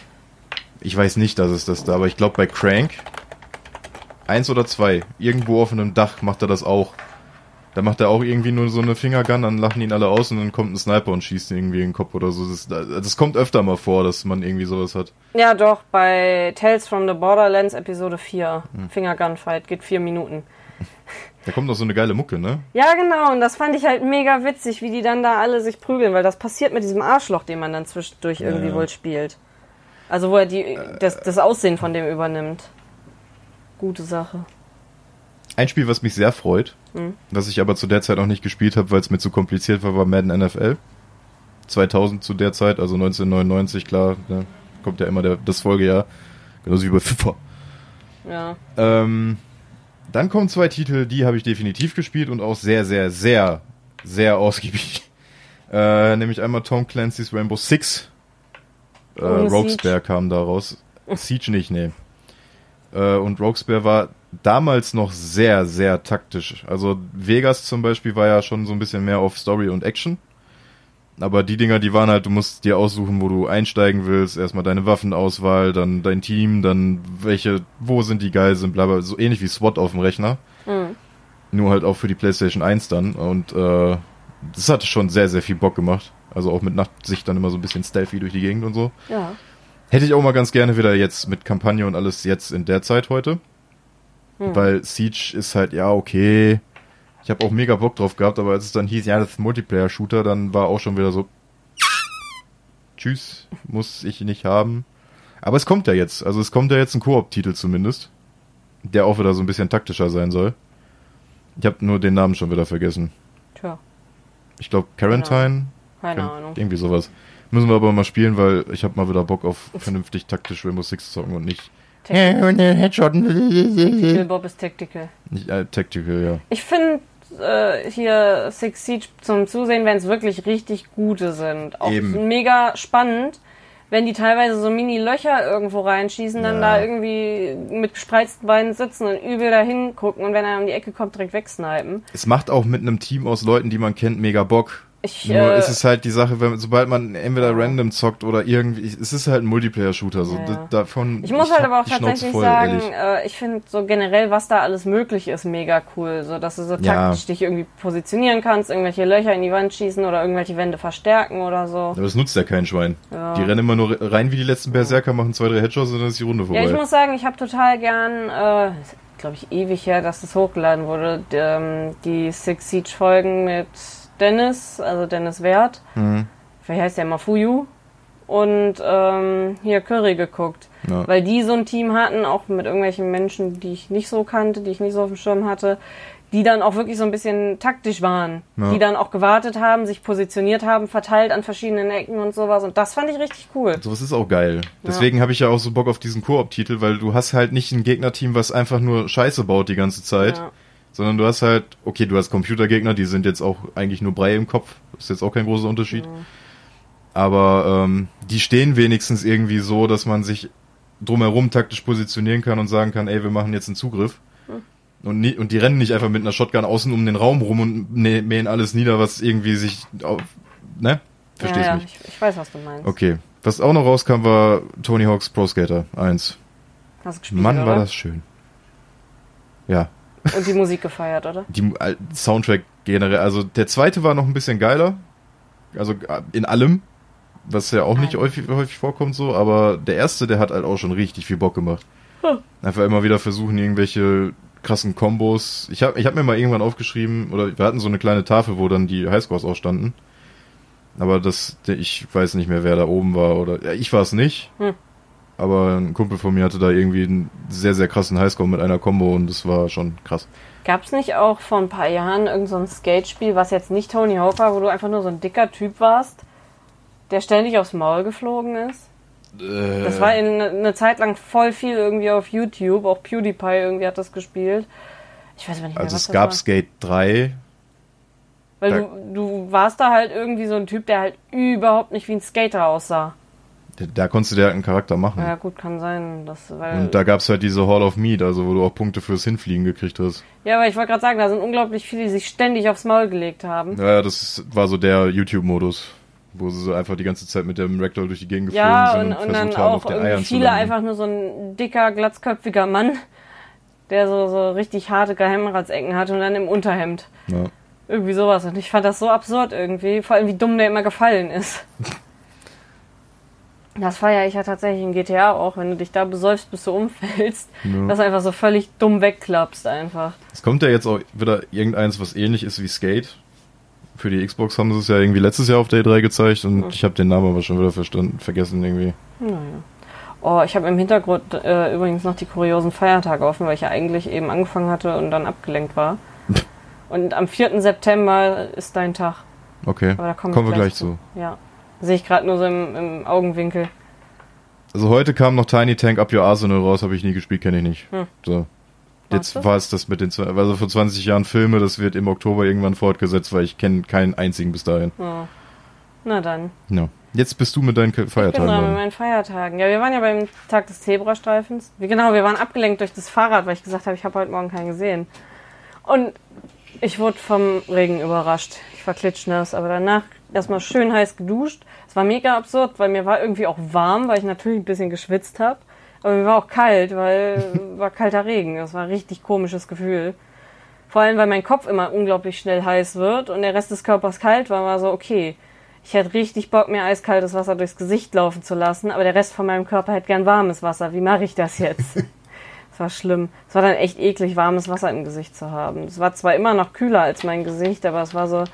nicht, dass es das da, aber ich glaube bei Crank 1 oder 2, irgendwo auf einem Dach macht er das auch. Da macht er auch irgendwie nur so eine Fingergun, dann lachen ihn alle aus und dann kommt ein Sniper und schießt ihn irgendwie in den Kopf oder so. Das kommt öfter mal vor, dass man irgendwie sowas hat. Ja, doch, bei Tales from the Borderlands Episode 4, Fingergun-Fight, geht 4 Minuten. Da kommt noch so eine geile Mucke, ne? Ja, genau, und das fand ich halt mega witzig, wie die dann da alle sich prügeln, weil das passiert mit diesem Arschloch, den man dann zwischendurch irgendwie wohl spielt. Also wo er das Aussehen von dem übernimmt. Gute Sache. Ein Spiel, was mich sehr freut, was ich aber zu der Zeit auch nicht gespielt habe, weil es mir zu kompliziert war Madden NFL. 2000 zu der Zeit, also 1999, klar, ne, kommt ja immer das Folgejahr, genauso wie bei FIFA. Ja. Dann kommen 2 Titel, die habe ich definitiv gespielt und auch sehr, sehr, sehr, sehr ausgiebig. Nämlich einmal Tom Clancy's Rainbow Six. Roguespear kam da raus. Siege nicht, nee. Und Roguespear war damals noch sehr, sehr taktisch. Also Vegas zum Beispiel war ja schon so ein bisschen mehr auf Story und Action. Aber die Dinger, die waren halt, du musst dir aussuchen, wo du einsteigen willst. Erstmal deine Waffenauswahl, dann dein Team, dann wo sind die geil sind, bla bla. So ähnlich wie SWAT auf dem Rechner. Mhm. Nur halt auch für die PlayStation 1 dann. Und das hatte schon sehr, sehr viel Bock gemacht. Also auch mit Nachtsicht dann immer so ein bisschen stealthy durch die Gegend und so. Ja. Hätte ich auch mal ganz gerne wieder jetzt mit Kampagne und alles jetzt in der Zeit heute. Weil Siege ist halt, ja, okay. Ich habe auch mega Bock drauf gehabt, aber als es dann hieß, ja, das ist ein Multiplayer-Shooter, dann war auch schon wieder so, tschüss, muss ich nicht haben. Aber es kommt ja jetzt. Also es kommt ja jetzt ein Koop-Titel zumindest. Der auch wieder so ein bisschen taktischer sein soll. Ich habe nur den Namen schon wieder vergessen. Tja. Ich glaube, Quarantine? Keine Ahnung. Irgendwie sowas. Müssen wir aber mal spielen, weil ich habe mal wieder Bock auf vernünftig taktisch Rainbow Six zocken und nicht Headshot. Bob ist Tactical. Nicht Tactical, ja. Ich finde hier Six Siege zum Zusehen, wenn es wirklich richtig gute sind. Auch Eben. Mega spannend, wenn die teilweise so Mini-Löcher irgendwo reinschießen, dann da irgendwie mit gespreizten Beinen sitzen und übel dahin gucken und wenn er um die Ecke kommt, direkt wegsnipen. Es macht auch mit einem Team aus Leuten, die man kennt, mega Bock. Nur ist es halt die Sache, sobald man entweder random zockt oder irgendwie, es ist halt ein Multiplayer-Shooter. So, davon, ich muss halt aber auch tatsächlich sagen, ich finde so generell, was da alles möglich ist, mega cool. So, dass du so taktisch dich irgendwie positionieren kannst, irgendwelche Löcher in die Wand schießen oder irgendwelche Wände verstärken oder so. Aber das nutzt ja kein Schwein. Ja. Die rennen immer nur rein wie die letzten Berserker, machen 2, 3 Headshots und dann ist die Runde vorbei. Ja, ich muss sagen, ich habe total gern, glaube ich, ewig her, dass das hochgeladen wurde, die Six Siege-Folgen mit Dennis Wert, wie heißt der, Mafuyu und hier Curry geguckt, weil die so ein Team hatten, auch mit irgendwelchen Menschen, die ich nicht so kannte, die ich nicht so auf dem Schirm hatte, die dann auch wirklich so ein bisschen taktisch waren, die dann auch gewartet haben, sich positioniert haben, verteilt an verschiedenen Ecken und sowas und das fand ich richtig cool. Sowas ist auch geil. Deswegen habe ich ja auch so Bock auf diesen Koop-Titel, weil du hast halt nicht ein Gegnerteam, was einfach nur Scheiße baut die ganze Zeit. Ja. Sondern du hast halt, okay, du hast Computergegner, die sind jetzt auch eigentlich nur Brei im Kopf. Ist jetzt auch kein großer Unterschied. Aber die stehen wenigstens irgendwie so, dass man sich drumherum taktisch positionieren kann und sagen kann, ey, wir machen jetzt einen Zugriff. Und die rennen nicht einfach mit einer Shotgun außen um den Raum rum und mähen alles nieder, was irgendwie sich... ne? Verstehst du mich? Ich weiß, was du meinst. Okay. Was auch noch rauskam, war Tony Hawk's Pro Skater 1. Hast du gespielt, Mann, oder? War das schön. Ja. Und die Musik gefeiert, oder? Die Soundtrack generell, also der zweite war noch ein bisschen geiler, also in allem, was ja auch nicht häufig vorkommt so, aber der erste, der hat halt auch schon richtig viel Bock gemacht. Einfach immer wieder versuchen, irgendwelche krassen Kombos. Ich hab mir mal irgendwann aufgeschrieben, oder wir hatten so eine kleine Tafel, wo dann die Highscores auch standen, aber ich weiß nicht mehr, wer da oben war, oder ich war es nicht. Aber ein Kumpel von mir hatte da irgendwie einen sehr, sehr krassen Highscore mit einer Combo und das war schon krass. Gab es nicht auch vor ein paar Jahren irgend so ein Skate-Spiel, was jetzt nicht Tony Hawk war, wo du einfach nur so ein dicker Typ warst, der ständig aufs Maul geflogen ist? Das war eine Zeit lang voll viel irgendwie auf YouTube, auch PewDiePie irgendwie hat das gespielt. Ich weiß aber nicht mehr, also was es gab das war. Skate 3. Weil du warst da halt irgendwie so ein Typ, der halt überhaupt nicht wie ein Skater aussah. Da konntest du dir halt einen Charakter machen. Ja gut, kann sein. Und da gab's halt diese Hall of Meat, also wo du auch Punkte fürs Hinfliegen gekriegt hast. Ja, aber ich wollte gerade sagen, da sind unglaublich viele, die sich ständig aufs Maul gelegt haben. Ja, das war so der YouTube-Modus, wo sie so einfach die ganze Zeit mit dem Ragdoll durch die Gegend geflogen sind und dann versucht haben, auch auf den Eiern viele zu landen. einfach nur so ein dicker, glatzköpfiger Mann, der so richtig harte Geheimratsecken hatte und dann im Unterhemd. Ja. Irgendwie sowas. Und ich fand das so absurd irgendwie, vor allem wie dumm der immer gefallen ist. Das feiere ich ja tatsächlich in GTA auch, wenn du dich da besäufst, bis du umfällst, dass du einfach so völlig dumm wegklappst einfach. Es kommt ja jetzt auch wieder irgendeins, was ähnlich ist wie Skate. Für die Xbox haben sie es ja irgendwie letztes Jahr auf der E3 gezeigt und ich habe den Namen aber schon wieder vergessen irgendwie. Naja. Oh, ich habe im Hintergrund übrigens noch die kuriosen Feiertage offen, weil ich ja eigentlich eben angefangen hatte und dann abgelenkt war. Und am 4. September ist dein Tag. Okay, aber da kommen wir gleich zu. Ja. Sehe ich gerade nur so im Augenwinkel. Also heute kam noch Tiny Tank Up Your Arsenal raus, habe ich nie gespielt, kenne ich nicht. So. Jetzt war es das mit den, also vor 20 Jahren Filme, das wird im Oktober irgendwann fortgesetzt, weil ich kenne keinen einzigen bis dahin. Oh. Na dann. Ja. Jetzt bist du mit deinen Feiertagen. Ich bin dran mit meinen Feiertagen. Ja, wir waren ja beim Tag des Zebrastreifens. Wir waren abgelenkt durch das Fahrrad, weil ich gesagt habe, ich habe heute Morgen keinen gesehen. Und ich wurde vom Regen überrascht. Ich war klitschnass, aber danach erstmal schön heiß geduscht. Es war mega absurd, weil mir war irgendwie auch warm, weil ich natürlich ein bisschen geschwitzt habe. Aber mir war auch kalt, weil war kalter Regen. Das war ein richtig komisches Gefühl. Vor allem, weil mein Kopf immer unglaublich schnell heiß wird und der Rest des Körpers kalt war so, okay, ich hätte richtig Bock, mir eiskaltes Wasser durchs Gesicht laufen zu lassen, aber der Rest von meinem Körper hätte gern warmes Wasser. Wie mache ich das jetzt? Das war schlimm. Es war dann echt eklig, warmes Wasser im Gesicht zu haben. Es war zwar immer noch kühler als mein Gesicht, aber es war so,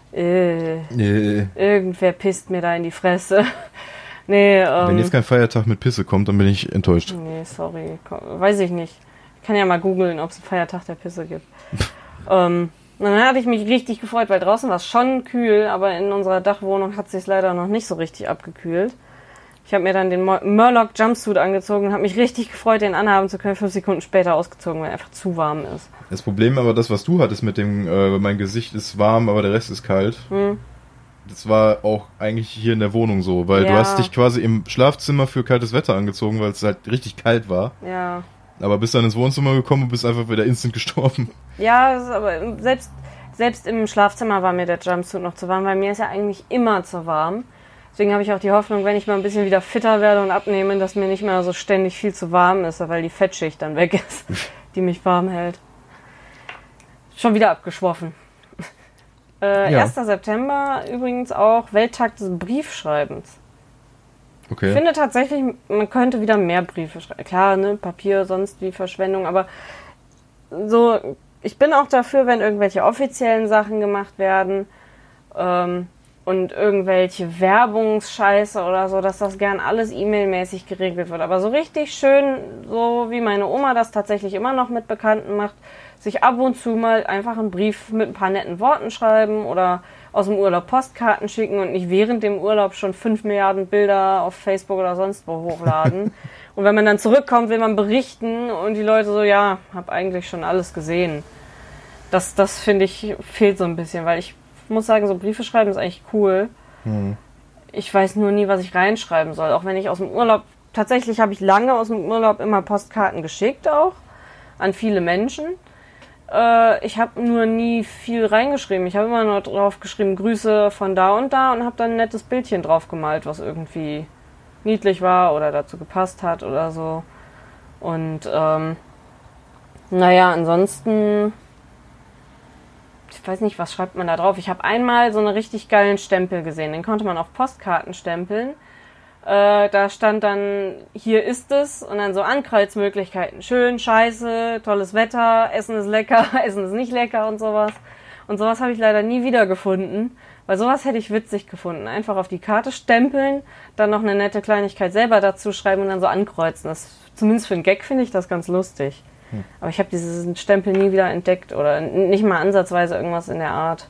irgendwer pisst mir da in die Fresse. Nee, wenn jetzt kein Feiertag mit Pisse kommt, dann bin ich enttäuscht. Nee, sorry. Weiß ich nicht. Ich kann ja mal googeln, ob es einen Feiertag der Pisse gibt. Und dann hatte ich mich richtig gefreut, weil draußen war es schon kühl, aber in unserer Dachwohnung hat es sich leider noch nicht so richtig abgekühlt. Ich habe mir dann den Murloc Jumpsuit angezogen und habe mich richtig gefreut, den anhaben zu können. 5 Sekunden später ausgezogen, weil er einfach zu warm ist. Das Problem aber, das, was du hattest mit dem, mein Gesicht ist warm, aber der Rest ist kalt. Das war auch eigentlich hier in der Wohnung so, weil du hast dich quasi im Schlafzimmer für kaltes Wetter angezogen, weil es halt richtig kalt war. Ja. Aber bist dann ins Wohnzimmer gekommen und bist einfach wieder instant gestorben. Ja, aber selbst im Schlafzimmer war mir der Jumpsuit noch zu warm, weil mir ist ja eigentlich immer zu warm. Deswegen habe ich auch die Hoffnung, wenn ich mal ein bisschen wieder fitter werde und abnehme, dass mir nicht mehr so ständig viel zu warm ist, weil die Fettschicht dann weg ist, die mich warm hält. Schon wieder abgeschwoffen. 1. September übrigens auch Welttag des Briefschreibens. Okay. Ich finde tatsächlich, man könnte wieder mehr Briefe schreiben. Klar, ne, Papier, sonst wie Verschwendung, aber so, ich bin auch dafür, wenn irgendwelche offiziellen Sachen gemacht werden, und irgendwelche Werbungsscheiße oder so, dass das gern alles E-Mail-mäßig geregelt wird. Aber so richtig schön, so wie meine Oma das tatsächlich immer noch mit Bekannten macht, sich ab und zu mal einfach einen Brief mit ein paar netten Worten schreiben oder aus dem Urlaub Postkarten schicken und nicht während dem Urlaub schon 5 Milliarden Bilder auf Facebook oder sonst wo hochladen. Und wenn man dann zurückkommt, will man berichten und die Leute so, ja, hab eigentlich schon alles gesehen. Das finde ich, fehlt so ein bisschen, weil ich muss sagen, so Briefe schreiben ist eigentlich cool. Ich weiß nur nie, was ich reinschreiben soll. Auch wenn ich aus dem Urlaub, tatsächlich habe ich lange aus dem Urlaub immer Postkarten geschickt auch, an viele Menschen. Ich habe nur nie viel reingeschrieben. Ich habe immer nur drauf geschrieben, Grüße von da und habe dann ein nettes Bildchen drauf gemalt, was irgendwie niedlich war oder dazu gepasst hat oder so. Und naja, ansonsten, ich weiß nicht, was schreibt man da drauf. Ich habe einmal so einen richtig geilen Stempel gesehen. Den konnte man auf Postkarten stempeln. Da stand dann, hier ist es, und dann so Ankreuzmöglichkeiten. Schön, scheiße, tolles Wetter, Essen ist lecker, Essen ist nicht lecker und sowas. Und sowas habe ich leider nie wiedergefunden, weil sowas hätte ich witzig gefunden. Einfach auf die Karte stempeln, dann noch eine nette Kleinigkeit selber dazu schreiben und dann so ankreuzen. Zumindest für einen Gag finde ich das ganz lustig. Aber ich habe diesen Stempel nie wieder entdeckt oder nicht mal ansatzweise irgendwas in der Art.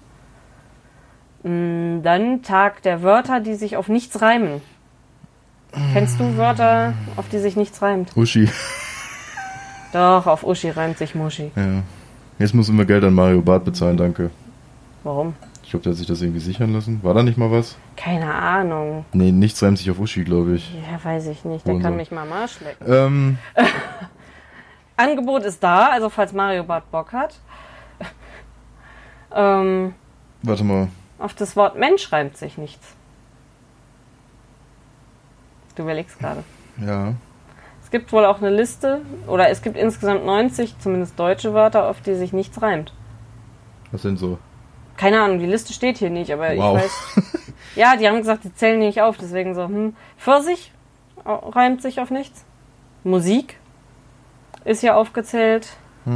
Dann Tag der Wörter, die sich auf nichts reimen. Kennst du Wörter, auf die sich nichts reimt? Uschi. Doch, auf Uschi reimt sich Muschi. Ja. Jetzt müssen wir Geld an Mario Barth bezahlen, danke. Warum? Ich glaube, der hat sich das irgendwie sichern lassen. War da nicht mal was? Keine Ahnung. Nee, nichts reimt sich auf Uschi, glaube ich. Ja, weiß ich nicht. Der kann mich mal Marsch lecken. Angebot ist da, also falls Mario Barth Bock hat. Warte mal. Auf das Wort Mensch reimt sich nichts. Du überlegst gerade. Ja. Es gibt wohl auch eine Liste, oder es gibt insgesamt 90, zumindest deutsche Wörter, auf die sich nichts reimt. Was denn so? Keine Ahnung, die Liste steht hier nicht, aber wow. Ich weiß. Ja, die haben gesagt, die zählen nicht auf, deswegen so, Pfirsich reimt sich auf nichts. Musik ist ja aufgezählt.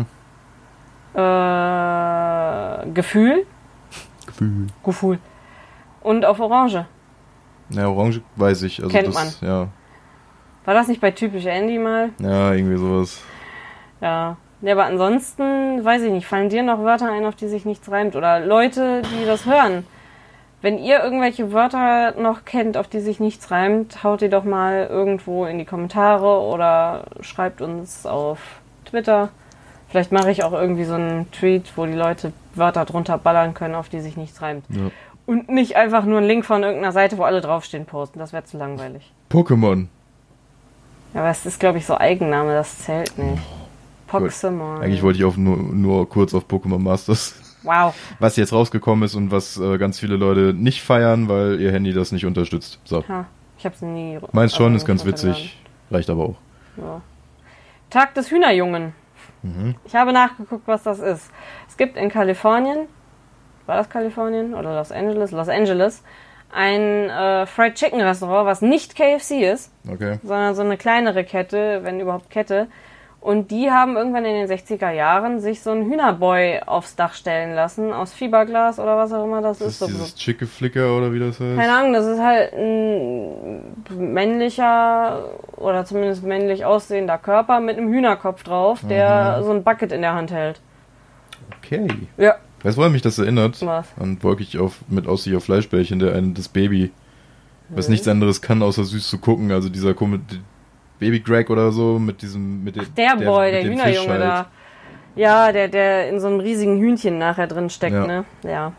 Gefühl. Gefühl. Und auf Orange. Ja, Orange weiß ich. Also kennt das, man. Ja. War das nicht bei Typisch Andy mal? Ja, irgendwie sowas. Ja. Ja, aber ansonsten, weiß ich nicht, fallen dir noch Wörter ein, auf die sich nichts reimt? Oder Leute, die das hören. Wenn ihr irgendwelche Wörter noch kennt, auf die sich nichts reimt, haut die doch mal irgendwo in die Kommentare oder schreibt uns auf Twitter. Vielleicht mache ich auch irgendwie so einen Tweet, wo die Leute Wörter drunter ballern können, auf die sich nichts reimt. Ja. Und nicht einfach nur einen Link von irgendeiner Seite, wo alle draufstehen, posten. Das wäre zu langweilig. Pokémon. Ja, aber es ist, glaube ich, so Eigenname, das zählt nicht. Pokémon. Eigentlich wollte ich nur kurz auf Pokémon Masters. Wow. Was jetzt rausgekommen ist und was ganz viele Leute nicht feiern, weil ihr Handy das nicht unterstützt. So. Ha, ich hab's nie. Meins schon, ist nicht ganz runtergeladen. witzig. Reicht aber auch. Ja. Tag des Hühnerjungen. Ich habe nachgeguckt, was das ist. Es gibt in Kalifornien, war das Kalifornien oder Los Angeles? Los Angeles, ein Fried Chicken Restaurant, was nicht KFC ist, Okay. sondern so eine kleinere Kette, wenn überhaupt Kette. Und die haben irgendwann in den 60er Jahren sich so einen Hühnerboy aufs Dach stellen lassen, aus Fiberglas oder was auch immer das ist. Das ist dieses Chicke Flicker oder wie das heißt? Keine Ahnung, das ist halt ein männlicher oder zumindest männlich aussehender Körper mit einem Hühnerkopf drauf, der so ein Bucket in der Hand hält. Okay. Ja. Weißt du, woran mich das erinnert? Was? An wolkig mit Aussicht auf Fleischbällchen, das Baby, was nichts anderes kann, außer süß zu gucken. Also dieser Baby Greg oder so mit diesem... Der Boy, der mit dem Hühnerjunge Fisch halt. da. Ja, der in so einem riesigen Hühnchen nachher drin steckt, Ja. ne? Ja.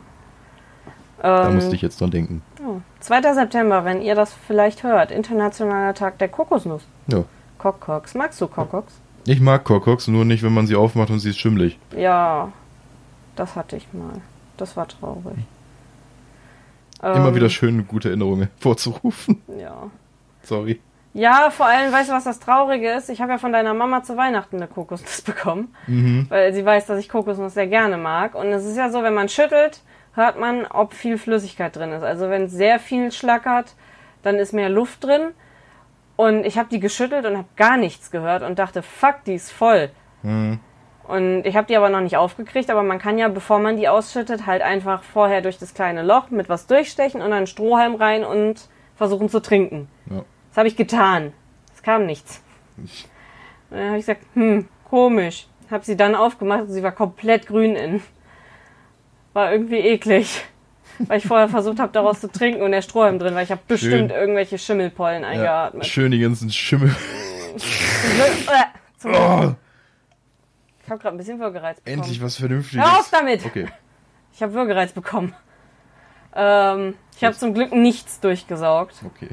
Da musste ich jetzt dran denken. 2. September, wenn ihr das vielleicht hört. Internationaler Tag der Kokosnuss. Ja. Cocox. Magst du Cocox? Ich mag Cocox, nur nicht, wenn man sie aufmacht und sie ist schimmelig. Ja, das hatte ich mal. Das war traurig. Immer wieder schön gute Erinnerungen vorzurufen. Ja. Sorry. Ja, vor allem, weißt du, was das Traurige ist? Ich habe ja von deiner Mama zu Weihnachten eine Kokosnuss bekommen, weil sie weiß, dass ich Kokosnuss sehr gerne mag. Und es ist ja so, wenn man schüttelt, hört man, ob viel Flüssigkeit drin ist. Also wenn es sehr viel schlackert, dann ist mehr Luft drin. Und ich habe die geschüttelt und habe gar nichts gehört und dachte, fuck, die ist voll. Und ich habe die aber noch nicht aufgekriegt, aber man kann ja, bevor man die ausschüttet, halt einfach vorher durch das kleine Loch mit was durchstechen und dann einen Strohhalm rein und versuchen zu trinken. Ja. Das habe ich getan. Es kam nichts. Und dann habe ich gesagt, komisch. Habe sie dann aufgemacht und sie war komplett grün innen. War irgendwie eklig. Weil ich vorher versucht habe, daraus zu trinken und der Strohhalm drin, weil ich habe bestimmt irgendwelche Schimmelpollen eingeatmet. Schön die ganzen Schimmel. Zum Glück. Oh, Ich habe gerade ein bisschen Würgereiz bekommen. endlich was Vernünftiges. Hör auf damit! Okay. Ich habe Würgereiz bekommen. Ich habe zum Glück nichts durchgesaugt. Okay.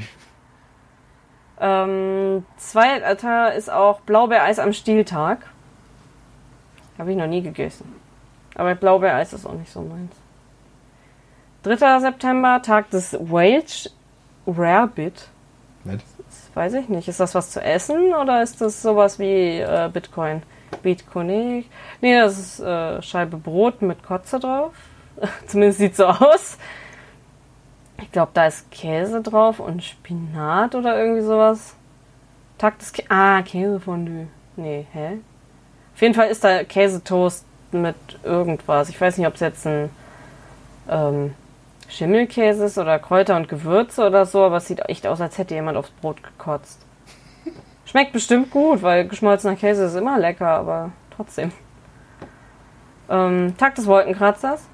2. ist auch Blaubeereis am Stieltag. Habe ich noch nie gegessen. Aber Blaubeereis ist auch nicht so meins. 3. September, Tag des Welsh Rarebit. Nett. Das weiß ich nicht. Ist das was zu essen oder ist das sowas wie Bitcoin? Bitcoin? Nee, das ist Scheibe Brot mit Kotze drauf. Zumindest sieht so aus. Ich glaube, da ist Käse drauf und Spinat oder irgendwie sowas. Tag des Käsefondue. Nee, hä? Auf jeden Fall ist da Käsetoast mit irgendwas. Ich weiß nicht, ob es jetzt ein Schimmelkäse ist oder Kräuter und Gewürze oder so, aber es sieht echt aus, als hätte jemand aufs Brot gekotzt. Schmeckt bestimmt gut, weil geschmolzener Käse ist immer lecker, aber trotzdem. Tag des Wolkenkratzers.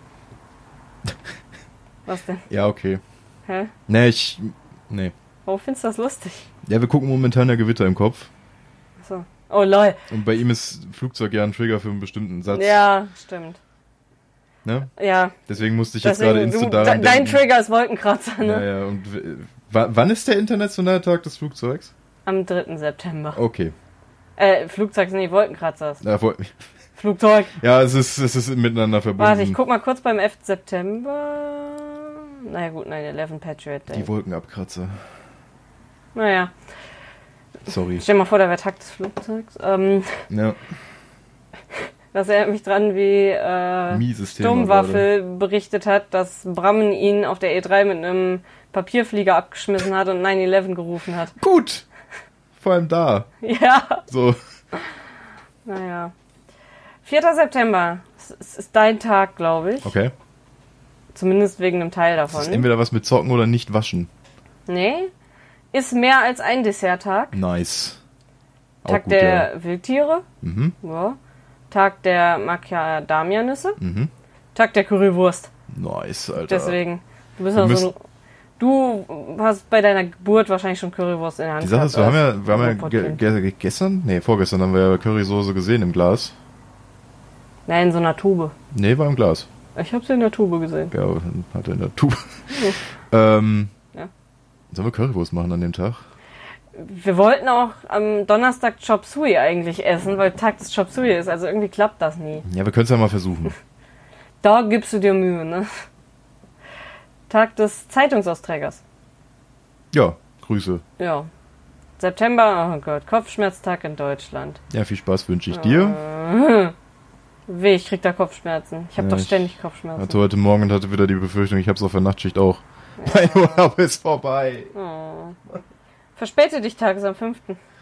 Was denn? Ja, okay. Hä? Nee. Warum findest du das lustig? Ja, wir gucken momentan ja Gewitter im Kopf. Achso. Oh lol. Und bei ihm ist Flugzeug ja ein Trigger für einen bestimmten Satz. Ja, stimmt. Ne? Ja. Deswegen musste ich jetzt gerade instant daran denken. Dein Trigger ist Wolkenkratzer, ne? Ja, ja. Und wann ist der internationale Tag des Flugzeugs? Am 3. September. Okay. Flugzeug, nee, Wolkenkratzers. Ja, Flugzeug. ja, es ist miteinander verbunden. Warte, ich guck mal kurz beim 11. September. Naja gut, 9/11 Patriot Day. Die Wolkenabkratzer. Naja, Sorry. stell dir mal vor, da wäre Tag des Flugzeugs. Ja, Das erinnert mich dran, wie mieses Thema Sturmwaffel berichtet hat, dass Brammen ihn auf der E3 mit einem Papierflieger abgeschmissen hat und 9/11 gerufen hat. Gut. Vor allem da. Ja, So. naja. 4. September. Es ist dein Tag, glaube ich. Okay. Zumindest wegen einem Teil Das ist davon. entweder was mit Zocken oder nicht waschen. Nee. Ist mehr als ein Desserttag. Nice. Auch Tag gut, der Wildtiere. ja. Mhm. Ja. Tag der Macadamia-Nüsse. Mhm. Tag der Currywurst. Nice, Alter. Deswegen. Du bist Wir ja so ein, du hast bei deiner Geburt wahrscheinlich schon Currywurst in der Hand. Die Sache ist, wir haben ja Robotkind. gestern, nee, vorgestern haben wir ja Currysoße gesehen im Glas. Nein, in so einer Tube. Nee, war im Glas. Ich habe sie in der Tube gesehen. Ja, hat er in der Tube. Ja. Sollen wir Currywurst machen an dem Tag? Wir wollten auch am Donnerstag Chop Suey eigentlich essen, weil Tag des Chop Suey ist. Also irgendwie klappt das nie. Ja, wir können es ja mal versuchen. Da gibst du dir Mühe, ne? Tag des Zeitungsausträgers. Ja, Grüße. Ja. September, oh Gott, Kopfschmerztag in Deutschland. Ja, viel Spaß wünsche ich dir. Weh, ich krieg da Kopfschmerzen. Ich habe Ja, doch ständig Kopfschmerzen. Hatte heute Morgen und hatte wieder die Befürchtung, ich hab's auf der Nachtschicht auch. Mein Urlaub ist vorbei. Oh. Verspäte dich Tag ist am 5.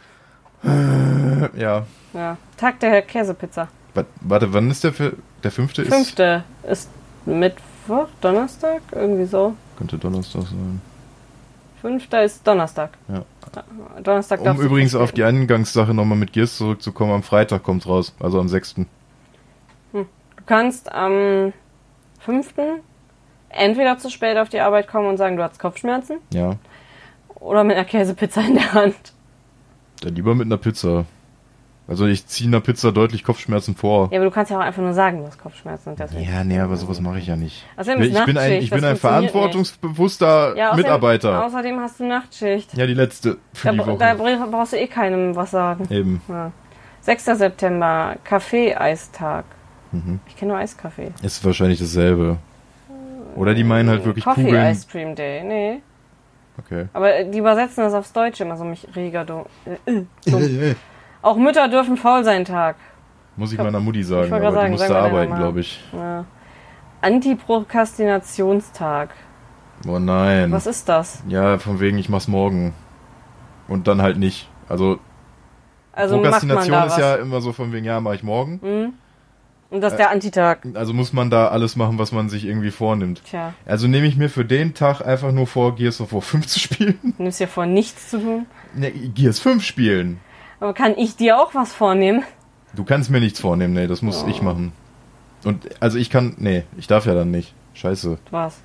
Ja. Ja. Tag der Käsepizza. Warte, wann ist der 5. ist? 5. ist Mittwoch, Donnerstag? Irgendwie so. Könnte Donnerstag sein. 5. ist Donnerstag. Ja. Donnerstag Um darfst du übrigens auf verspäten. die Eingangssache nochmal mit Gears zurückzukommen, am Freitag kommt's raus, also am 6. Du kannst am 5. entweder zu spät auf die Arbeit kommen und sagen, du hast Kopfschmerzen, Ja. oder mit einer Käsepizza in der Hand. Dann lieber mit einer Pizza. Also ich ziehe einer Pizza deutlich Kopfschmerzen vor. Ja, aber du kannst ja auch einfach nur sagen, du hast Kopfschmerzen. Und deswegen. Ja, nee, aber sowas mache ich ja nicht. Außerdem ist Ich bin Nachtschicht, ich bin das ein funktioniert verantwortungsbewusster nicht. Ja, Mitarbeiter. Außerdem hast du Nachtschicht. Ja, die letzte für die Woche. Da brauchst du eh keinem was sagen. Eben. Ja. 6. September, Kaffee-Eistag. Mhm. Ich kenne nur Eiskaffee. Ist wahrscheinlich dasselbe. Oder die meinen halt wirklich Coffee Kugeln. Ice Cream Day, nee. Okay. Aber die übersetzen das aufs Deutsche immer so mich reger dumm. Auch Mütter dürfen faul sein Tag. Muss ich meiner Mutti sagen, wollte aber gerade die musste sagen wir deiner arbeiten, Mama. glaube ich. Ja. Antiprokrastinationstag. Oh nein. Was ist das? Ja, von wegen, ich mach's morgen. Und dann halt nicht. Also Also macht man Prokrastination da ist was. ja immer so von wegen, ja, mach ich morgen. Und das ist der Antitag. Also muss man da alles machen, was man sich irgendwie vornimmt. Tja, Also nehme ich mir für den Tag einfach nur vor, Gears of War 5 zu spielen. du nimmst dir vor, nichts zu tun. Ne, Gears 5 spielen. Aber kann ich dir auch was vornehmen? Du kannst mir nichts vornehmen, nee, das muss ich machen. Und also ich darf ja dann nicht. Scheiße. Was?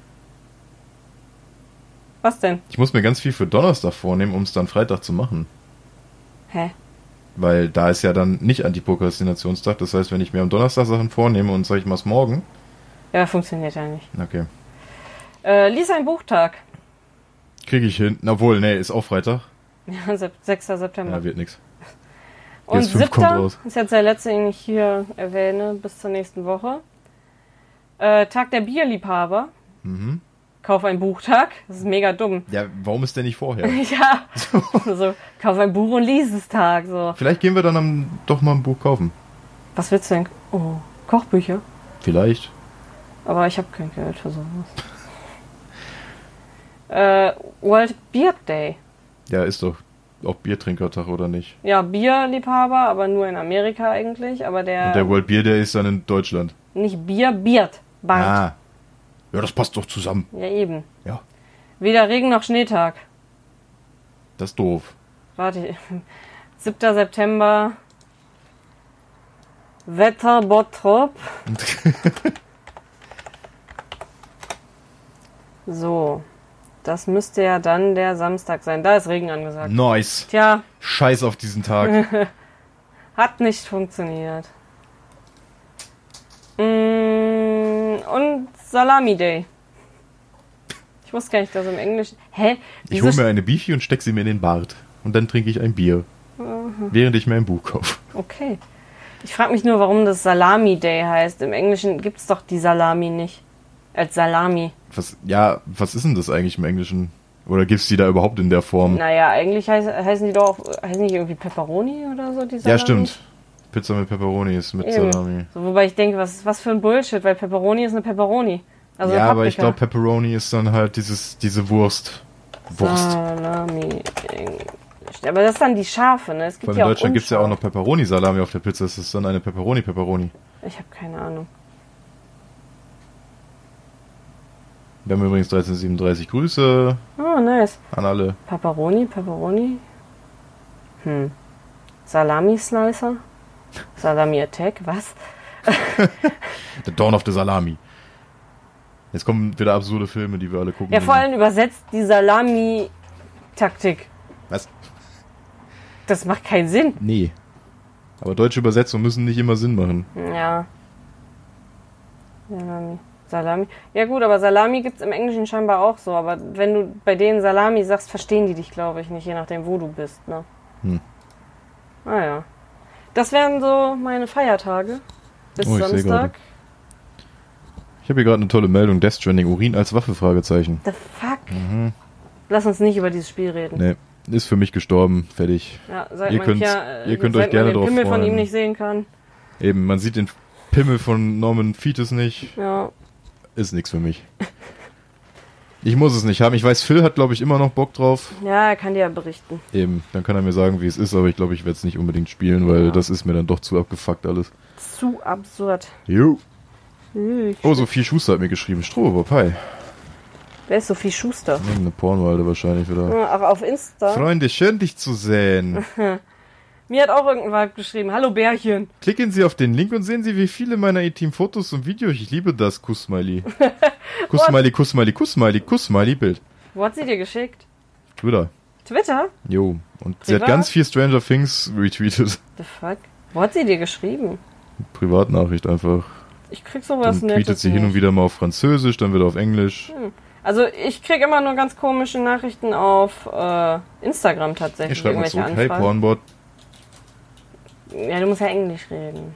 Was denn? Ich muss mir ganz viel für Donnerstag vornehmen, um es dann Freitag zu machen. Hä? Weil da ist ja dann nicht Antiprokrastinationstag. Das heißt, wenn ich mir am Donnerstag Sachen vornehme und sage, ich mach's morgen. Ja, funktioniert ja nicht. Okay. Lies ein Buchtag. Kriege ich hin. Obwohl, nee, ist auch Freitag. Ja, 6. September. Ja, wird nix. Und Gears 5 kommt 7. raus. ist jetzt der letzte, den ich hier erwähne, bis zur nächsten Woche. Tag der Bierliebhaber. Mhm. Kauf ein Buchtag. Das ist mega dumm. Ja, warum ist der nicht vorher? Ja, so, kauf ein Buch und lies es Tag. So. Vielleicht gehen wir dann doch mal ein Buch kaufen. Was willst du denn? Oh, Kochbücher. Vielleicht. Aber ich habe kein Geld für sowas. World Beer Day. Ja, ist doch auch Biertrinkertag, oder nicht? Ja, Bierliebhaber, aber nur in Amerika eigentlich. Aber Und der World Beer Day ist dann in Deutschland. nicht Bier, Biert. Bart. Ah. Ja, das passt doch zusammen. Ja, eben. Ja. Weder Regen noch Schneetag. Das ist doof. Warte, 7. September. Wetter Bottrop. So. Das müsste ja dann der Samstag sein. Da ist Regen angesagt. Nice. Tja, Scheiß auf diesen Tag. hat nicht funktioniert. Und Salami Day. Ich wusste gar nicht, dass im Englischen... Hä? Ich hole mir eine Beefy und steck sie mir in den Bart. Und dann trinke ich ein Bier. Während ich mir ein Buch kaufe. Okay. Ich frage mich nur, warum das Salami Day heißt. Im Englischen gibt es doch die Salami nicht. Als Salami. Was ist denn das eigentlich im Englischen? Oder gibt's die da überhaupt in der Form? Naja, eigentlich heißen die doch... Heißen die irgendwie Pepperoni oder so, die Salami? Ja, stimmt. Pizza mit Pepperoni ist mit Eben. Salami. So, wobei ich denke, was für ein Bullshit, weil Pepperoni ist eine Pepperoni. Also Ja, eine aber ich Paprika. glaube, Pepperoni ist dann halt diese Wurst. Salami. Aber das ist dann die scharfe, ne? Es gibt Weil ja in Deutschland auch gibt's ja auch unscharf. noch Pepperoni-Salami auf der Pizza. Ist das dann eine Pepperoni-Pepperoni? Ich habe keine Ahnung. Wir haben übrigens 1337 Grüße Oh, nice. an alle. Pepperoni. Salami-Slicer? Salami-Attack? Was? The Dawn of the Salami. Jetzt kommen wieder absurde Filme, die wir alle gucken. Ja, vor allem übersetzt die Salami-Taktik. Was? Das macht keinen Sinn. Nee. Aber deutsche Übersetzungen müssen nicht immer Sinn machen. Ja. Salami. Ja gut, aber Salami gibt's im Englischen scheinbar auch so. Aber wenn du bei denen Salami sagst, verstehen die dich, glaube ich, nicht, je nachdem, wo du bist. Ne? Naja. Das wären so meine Feiertage. Bis Oh, ich seh Samstag. Ich habe hier gerade eine tolle Meldung. Death Stranding, Urin als Waffe, Fragezeichen. The fuck? Lass uns nicht über dieses Spiel reden. Nee, ist für mich gestorben. Fertig. Ja, seit ihr man könnt euch gerne drauf freuen. Pimmel von ihm nicht sehen kann. Eben, man sieht den Pimmel von Norman Fetus nicht. Ja. Ist nichts für mich. Ich muss es nicht haben. Ich weiß, Phil hat, glaube ich, immer noch Bock drauf. Ja, er kann dir ja berichten. Eben, dann kann er mir sagen, wie es ist, aber ich glaube, ich werde es nicht unbedingt spielen, weil das ist mir dann doch zu abgefuckt alles. Zu absurd. Jo. Oh, Sophie Schuster hat mir geschrieben. Stroh, Pi. Wer ist Sophie Schuster? Eine Pornwalde wahrscheinlich wieder. Ach, auf Insta? Freunde, schön dich zu sehen. Mir hat auch irgendein Weib geschrieben. Hallo Bärchen. Klicken Sie auf den Link und sehen Sie, wie viele meiner Intim-Fotos und Videos. Ich liebe das. Kuss-Smiley. Kuss-Smiley, Kuss-Smiley, Kuss-Smiley, Kuss-Smiley-Bild. Wo hat sie dir geschickt? Twitter. Twitter? Jo. Und sie hat ganz viel Stranger Things retweetet. The fuck? Wo hat sie dir geschrieben? Privatnachricht einfach. Ich krieg sowas nicht. Dann tweetet sie hin und wieder mal auf Französisch, dann wieder auf Englisch. Also ich krieg immer nur ganz komische Nachrichten auf Instagram tatsächlich. Ich schreibe mal zurück. Hey Pornbot. Ja, du musst ja Englisch reden.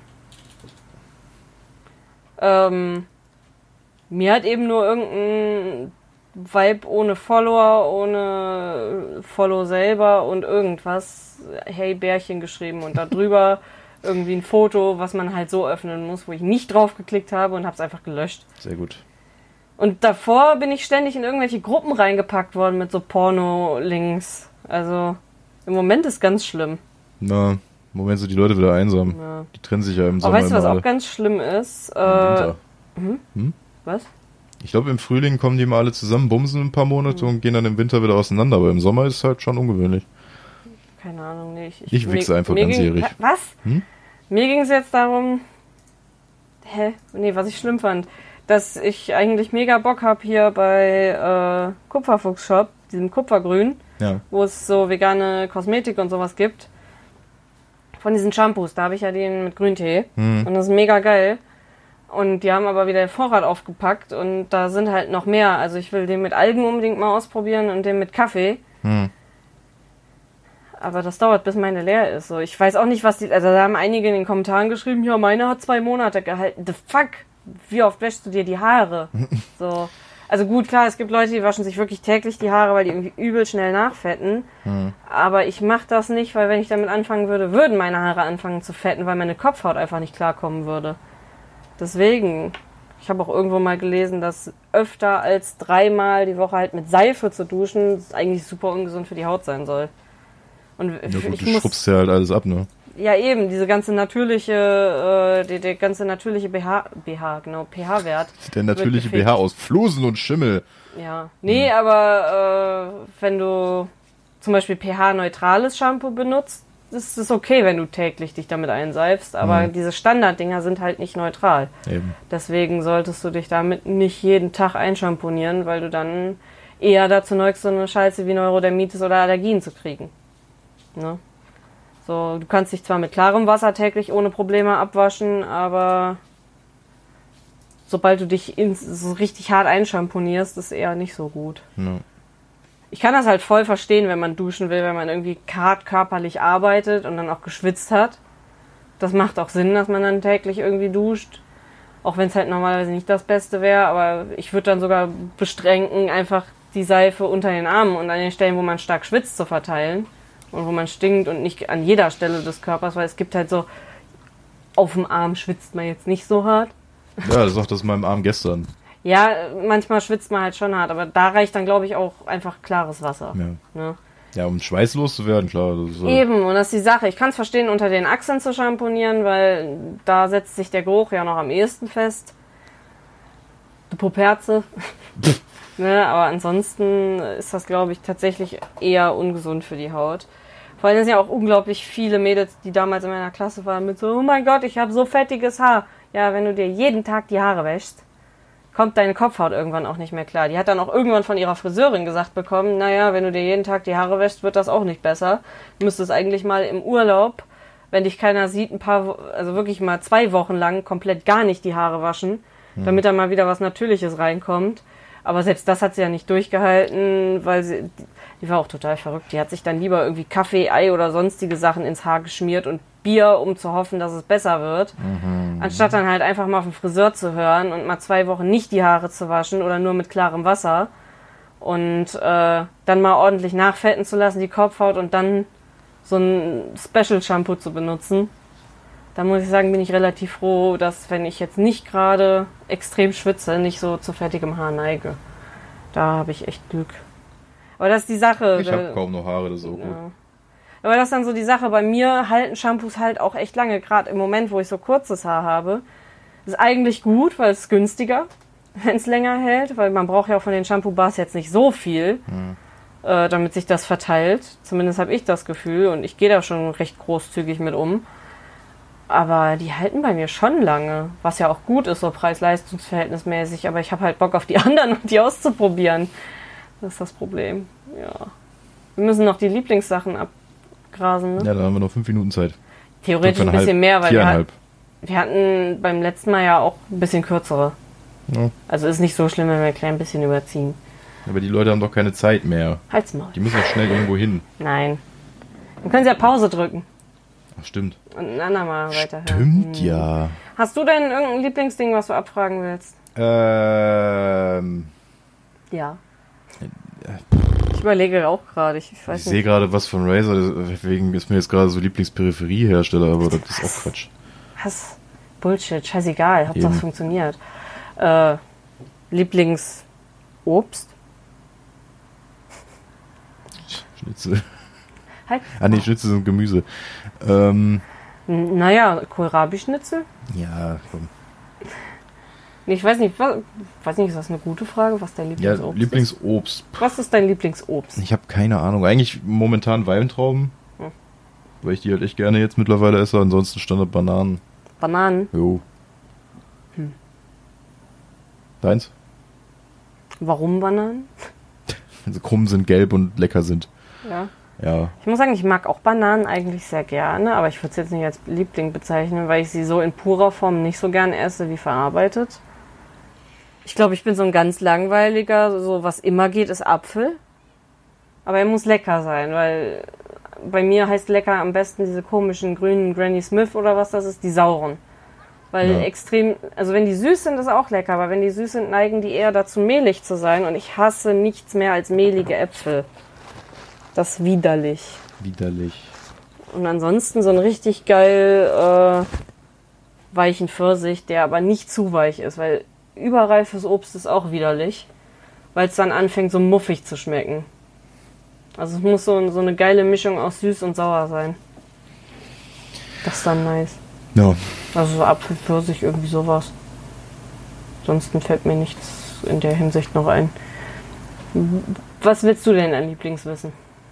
Mir hat eben nur irgendein Vibe ohne Follower, ohne Follow selber und irgendwas Hey Bärchen geschrieben und da drüber irgendwie ein Foto, was man halt so öffnen muss, wo ich nicht drauf geklickt habe und hab's einfach gelöscht. Sehr gut. Und davor bin ich ständig in irgendwelche Gruppen reingepackt worden mit so Porno-Links. Also im Moment ist ganz schlimm. Na, im Moment sind die Leute wieder einsam. Ja. Die trennen sich ja im Sommer. Aber weißt du, was auch ganz schlimm ist? Winter. Was? Ich glaube, im Frühling kommen die mal alle zusammen, bumsen ein paar Monate und gehen dann im Winter wieder auseinander. Aber im Sommer ist es halt schon ungewöhnlich. Keine Ahnung, nee. Ich wichse einfach ganzjährig. Was? Mir ging es jetzt darum... was ich schlimm fand. Dass ich eigentlich mega Bock habe hier bei Kupferfuchs Shop, diesem Kupfergrün, wo es so vegane Kosmetik und sowas gibt. Von diesen Shampoos, da habe ich ja den mit Grüntee. Und das ist mega geil. Und die haben aber wieder den Vorrat aufgepackt und da sind halt noch mehr. Also ich will den mit Algen unbedingt mal ausprobieren und den mit Kaffee. Aber das dauert, bis meine leer ist. So, ich weiß auch nicht, was also da haben einige in den Kommentaren geschrieben, ja, meine hat 2 Monate gehalten. The fuck? Wie oft wäschst du dir die Haare? So. Also gut, klar, es gibt Leute, die waschen sich wirklich täglich die Haare, weil die irgendwie übel schnell nachfetten. Aber ich mache das nicht, weil wenn ich damit anfangen würde, würden meine Haare anfangen zu fetten, weil meine Kopfhaut einfach nicht klarkommen würde. Deswegen, ich habe auch irgendwo mal gelesen, dass öfter als 3-mal die Woche halt mit Seife zu duschen eigentlich super ungesund für die Haut sein soll. Und ja gut, du schrubbst ja halt alles ab, ne? Ja eben, diese ganze natürliche, der ganze natürliche pH-Wert. Der natürliche pH aus Flusen und Schimmel. Ja, nee, aber wenn du zum Beispiel pH-neutrales Shampoo benutzt, ist es okay, wenn du täglich dich damit einseifst, aber diese Standarddinger sind halt nicht neutral. Eben. Deswegen solltest du dich damit nicht jeden Tag einschamponieren, weil du dann eher dazu neigst, so eine Scheiße wie Neurodermitis oder Allergien zu kriegen. Ne? So, du kannst dich zwar mit klarem Wasser täglich ohne Probleme abwaschen, aber sobald du dich so richtig hart einschamponierst, ist eher nicht so gut. Ja. Ich kann das halt voll verstehen, wenn man duschen will, wenn man irgendwie hart körperlich arbeitet und dann auch geschwitzt hat. Das macht auch Sinn, dass man dann täglich irgendwie duscht. Auch wenn es halt normalerweise nicht das Beste wäre, aber ich würde dann sogar bestrengen, einfach die Seife unter den Armen und an den Stellen, wo man stark schwitzt, zu verteilen. Und wo man stinkt und nicht an jeder Stelle des Körpers, weil es gibt halt so, auf dem Arm schwitzt man jetzt nicht so hart. Ja, das sagt das in meinem Arm gestern. Ja, manchmal schwitzt man halt schon hart, aber da reicht dann, glaube ich, auch einfach klares Wasser. Ja, ne? Ja, um schweißlos zu werden, klar. Das ist eben, und das ist die Sache. Ich kann es verstehen, unter den Achseln zu schamponieren, weil da setzt sich der Geruch ja noch am ehesten fest. Die Puperze. Ne, aber ansonsten ist das, glaube ich, tatsächlich eher ungesund für die Haut. Vor allem sind ja auch unglaublich viele Mädels, die damals in meiner Klasse waren, mit so, oh mein Gott, ich habe so fettiges Haar. Ja, wenn du dir jeden Tag die Haare wäschst, kommt deine Kopfhaut irgendwann auch nicht mehr klar. Die hat dann auch irgendwann von ihrer Friseurin gesagt bekommen, naja, wenn du dir jeden Tag die Haare wäschst, wird das auch nicht besser. Du müsstest eigentlich mal im Urlaub, wenn dich keiner sieht, also wirklich mal 2 Wochen lang komplett gar nicht die Haare waschen, damit da mal wieder was Natürliches reinkommt. Aber selbst das hat sie ja nicht durchgehalten, weil die war auch total verrückt. Die hat sich dann lieber irgendwie Kaffee, Ei oder sonstige Sachen ins Haar geschmiert und Bier, um zu hoffen, dass es besser wird. Anstatt dann halt einfach mal auf den Friseur zu hören und mal 2 Wochen nicht die Haare zu waschen oder nur mit klarem Wasser und dann mal ordentlich nachfetten zu lassen, die Kopfhaut, und dann so ein Special-Shampoo zu benutzen. Da muss ich sagen, bin ich relativ froh, dass, wenn ich jetzt nicht gerade extrem schwitze, nicht so zu fettigem Haar neige. Da habe ich echt Glück. Aber das ist die Sache. Ich habe kaum noch Haare, das ist auch gut. Ja. Aber das ist dann so die Sache. Bei mir halten Shampoos halt auch echt lange. Gerade im Moment, wo ich so kurzes Haar habe. Ist eigentlich gut, weil es ist günstiger, wenn es länger hält. Weil man braucht ja auch von den Shampoo-Bars jetzt nicht so viel, damit sich das verteilt. Zumindest habe ich das Gefühl. Und ich gehe da schon recht großzügig mit um. Aber die halten bei mir schon lange. Was ja auch gut ist, so preis-leistungsverhältnismäßig. Aber ich habe halt Bock auf die anderen und die auszuprobieren. Das ist das Problem. Ja. Wir müssen noch die Lieblingssachen abgrasen, ne? Ja, dann haben wir noch 5 Minuten Zeit. Theoretisch ein bisschen mehr, weil 4,5. wir hatten beim letzten Mal ja auch ein bisschen kürzere. Ja. Also ist nicht so schlimm, wenn wir ein klein bisschen überziehen. Aber die Leute haben doch keine Zeit mehr. Halt's Maul. Die müssen ja schnell irgendwo hin. Nein. Dann können sie ja Pause drücken. Ach, stimmt. Und ein andermal weiterhören. Stimmt, ja. Hast du denn irgendein Lieblingsding, was du abfragen willst? Ja. Ich überlege auch gerade. Ich Ich sehe gerade was von Razer, deswegen ist mir jetzt gerade so Lieblingsperipheriehersteller, aber das ist auch Quatsch. Was? Bullshit, scheißegal. Hauptsache es funktioniert. Lieblingsobst? Schnitzel. Halt. Ah nee, Schnitzel sind Gemüse. Naja, Kohlrabi-Schnitzel? Ja, komm. Nee, ich weiß nicht, ist das eine gute Frage? Was dein Ja, Lieblingsobst Lieblingsobst. ist? Was ist dein Lieblingsobst? Ich habe keine Ahnung. Eigentlich momentan Weintrauben. Weil ich die halt echt gerne jetzt mittlerweile esse. Ansonsten Standard Bananen. Bananen? Jo. Deins? Warum Bananen? Wenn sie krumm sind, gelb und lecker sind. Ja. Ja. Ich muss sagen, ich mag auch Bananen eigentlich sehr gerne, aber ich würde es jetzt nicht als Liebling bezeichnen, weil ich sie so in purer Form nicht so gern esse wie verarbeitet. Ich glaube, ich bin so ein ganz langweiliger, so was immer geht, ist Apfel. Aber er muss lecker sein, weil bei mir heißt lecker am besten diese komischen grünen Granny Smith oder was das ist, die sauren. Weil extrem, also wenn die süß sind, ist auch lecker, aber wenn die süß sind, neigen die eher dazu, mehlig zu sein, und ich hasse nichts mehr als mehlige Äpfel. Das ist widerlich. Widerlich. Und ansonsten so einen richtig geil weichen Pfirsich, der aber nicht zu weich ist, weil überreifes Obst ist auch widerlich, weil es dann anfängt so muffig zu schmecken. Also es muss so eine geile Mischung aus süß und sauer sein. Das ist dann nice. Ja. Also so Apfel, Pfirsich, irgendwie sowas. Ansonsten fällt mir nichts in der Hinsicht noch ein. Was willst du denn an Lieblingswissen?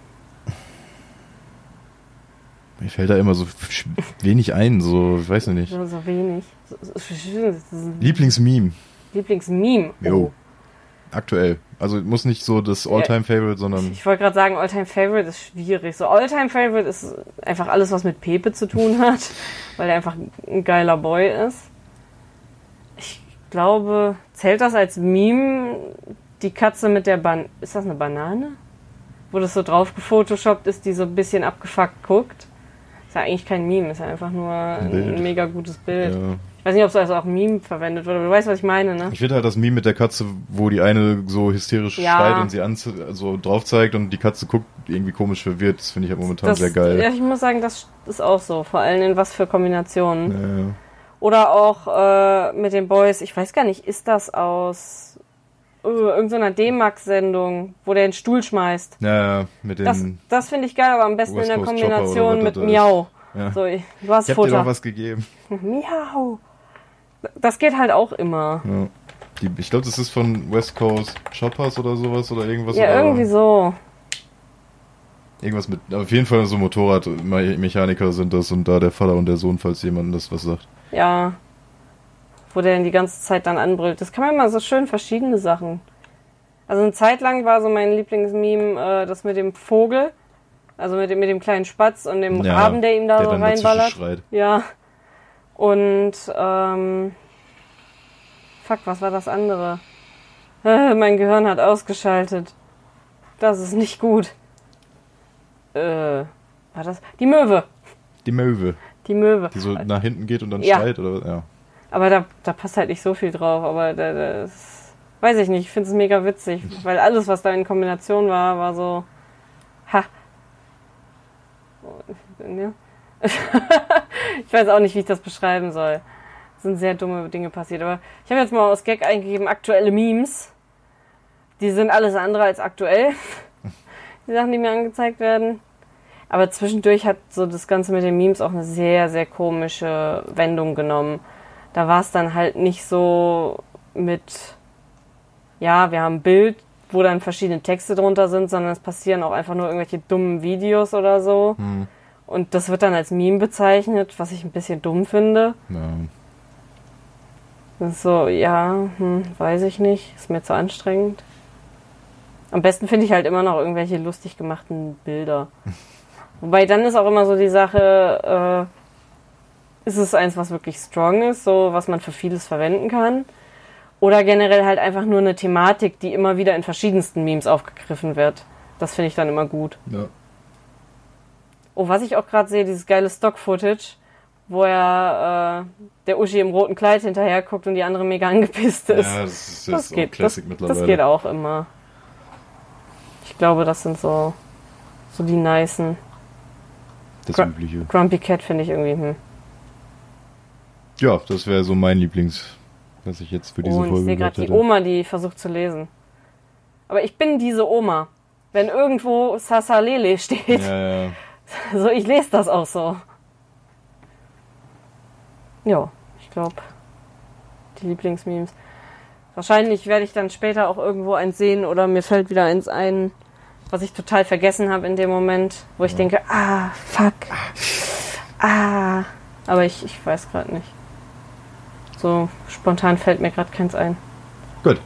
Mir fällt da immer so wenig ein, so, ich weiß nicht. So wenig. Lieblingsmeme. Lieblingsmeme. Jo. Aktuell. Also muss nicht so das All-Time-Favorite, sondern... Ich wollte gerade sagen, All-Time-Favorite ist schwierig. So All-Time-Favorite ist einfach alles, was mit Pepe zu tun hat, weil er einfach ein geiler Boy ist. Ich glaube, zählt das als Meme, die Katze mit der Ist das eine Banane? Wo das so drauf gefotoshoppt ist, die so ein bisschen abgefuckt guckt. Ist ja eigentlich kein Meme, ist ja einfach nur ein mega gutes Bild. Ja. Ich weiß nicht, ob es als auch Meme verwendet wird, aber du weißt, was ich meine, ne? Ich finde halt das Meme mit der Katze, wo die eine so hysterisch schreit und sie so drauf zeigt und die Katze guckt irgendwie komisch verwirrt, das finde ich halt momentan sehr geil. Ja, ich muss sagen, das ist auch so. Vor allem in was für Kombinationen. Ja. Oder auch mit den Boys, ich weiß gar nicht, ist das aus irgendeiner D-Max-Sendung, wo der einen Stuhl schmeißt? Ja, mit den... Das finde ich geil, aber am besten West in der Coast Kombination Chopper mit oder Miau. Ja. So, du hast Ich hab dir Futter. doch was gegeben. Miau. Das geht halt auch immer. Ja. Ich glaube, das ist von West Coast Choppers oder sowas oder irgendwas. Ja, oder irgendwie so. Irgendwas mit, auf jeden Fall so Motorradmechaniker sind das und da der Vater und der Sohn, falls jemand das was sagt. Ja. Wo der dann die ganze Zeit dann anbrüllt. Das kann man immer so schön verschiedene Sachen. Also eine Zeit lang war so mein Lieblingsmeme das mit dem Vogel. Also mit dem kleinen Spatz und dem Raben, der ihm da so reinballert. Schreit. Ja. Und, fuck, was war das andere? Mein Gehirn hat ausgeschaltet. Das ist nicht gut. War das? Die Möwe. Die Möwe. Die Möwe. Die so nach hinten geht und dann Ja. schreit, oder was? Ja. Aber da passt halt nicht so viel drauf. Aber das weiß ich nicht. Ich finde es mega witzig. Weil alles, was da in Kombination war so... Ha. Ja. Ich weiß auch nicht, wie ich das beschreiben soll. Es sind sehr dumme Dinge passiert. Aber ich habe jetzt mal aus Gag eingegeben, aktuelle Memes. Die sind alles andere als aktuell. Die Sachen, die mir angezeigt werden. Aber zwischendurch hat so das Ganze mit den Memes auch eine sehr, sehr komische Wendung genommen. Da war es dann halt nicht so mit, ja, wir haben ein Bild, wo dann verschiedene Texte drunter sind, sondern es passieren auch einfach nur irgendwelche dummen Videos oder so. Und das wird dann als Meme bezeichnet, was ich ein bisschen dumm finde. Ja. Das ist so, ja, weiß ich nicht, ist mir zu anstrengend. Am besten finde ich halt immer noch irgendwelche lustig gemachten Bilder. Wobei dann ist auch immer so die Sache, ist es eins, was wirklich strong ist, so was man für vieles verwenden kann? Oder generell halt einfach nur eine Thematik, die immer wieder in verschiedensten Memes aufgegriffen wird. Das finde ich dann immer gut. Ja. Oh, was ich auch gerade sehe, dieses geile Stock-Footage, wo er der Uschi im roten Kleid hinterher guckt und die andere mega angepisst ist. Ja, das ist auch Classic mittlerweile. Das geht auch immer. Ich glaube, das sind so die nicen. Das Übliche. Grumpy Cat finde ich irgendwie, Ja, das wäre so mein Lieblings, was ich jetzt für diese Folge ich sehe gerade hätte. die Oma, die versucht zu lesen. Aber ich bin diese Oma. Wenn irgendwo Sasalele steht, Ja. so ich lese das auch so. Ja, ich glaube, die Lieblingsmemes. Wahrscheinlich werde ich dann später auch irgendwo eins sehen oder mir fällt wieder eins ein, was ich total vergessen habe in dem Moment, wo ich denke, fuck, aber ich weiß gerade nicht. So spontan fällt mir gerade keins ein. Gut.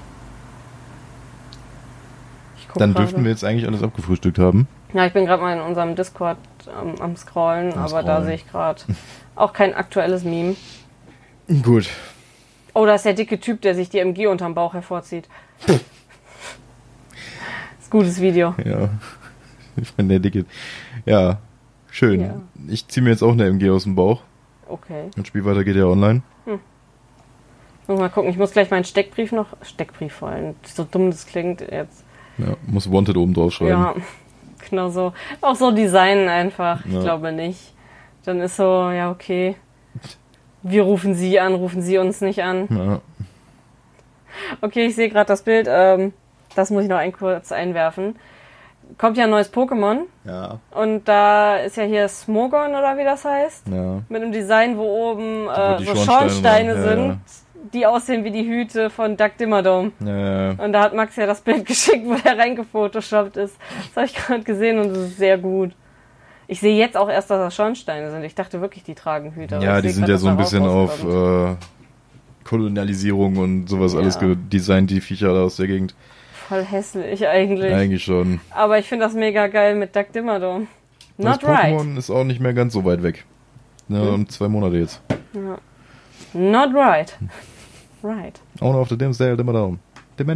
Dann grade. dürften wir jetzt eigentlich alles abgefrühstückt haben. Ja, ich bin gerade mal in unserem Discord am Scrollen, da sehe ich gerade auch kein aktuelles Meme. Gut. Oh, da ist der dicke Typ, der sich die MG unterm Bauch hervorzieht. Das ist ein gutes Video. Ja. Von der Dicke. Ja, schön. Ja. Ich ziehe mir jetzt auch eine MG aus dem Bauch. Okay. Und Spiel weiter geht ja online. Muss mal gucken, ich muss gleich meinen Steckbrief vor allem, so dumm das klingt jetzt. Ja, muss Wanted oben drauf schreiben. Ja, genau so. Auch so designen einfach, Ja. ich glaube nicht. Dann ist so, ja okay, wir rufen sie an, rufen sie uns nicht an. Ja. Okay, ich sehe gerade das Bild, das muss ich noch kurz einwerfen. Kommt ja ein neues Pokémon Ja. und da ist ja hier Smogon oder wie das heißt. Ja. Mit einem Design, wo oben Wo die so Schornsteine Schornsteine waren. sind, Ja. die aussehen wie die Hüte von Duck Dimmadome. Ja. Und da hat Max ja das Bild geschickt, wo der reingefotoshoppt ist. Das habe ich gerade gesehen und das ist sehr gut. Ich sehe jetzt auch erst, dass das Schornsteine sind. Ich dachte wirklich, die tragen Hüte. aber Ja, ich die sehe sind grad, ja dass so ein da bisschen auf rauskommt. Kolonialisierung und sowas alles designt, die Viecher da aus der Gegend. Voll hässlich eigentlich. Eigentlich schon. Aber ich finde das mega geil mit Duck Dimmadome. Das Not right. Pokémon ist auch nicht mehr ganz so weit weg. Ja, um 2 Monate jetzt. Ja. Not right. Right. Owner of the damn sale, immer down. Ist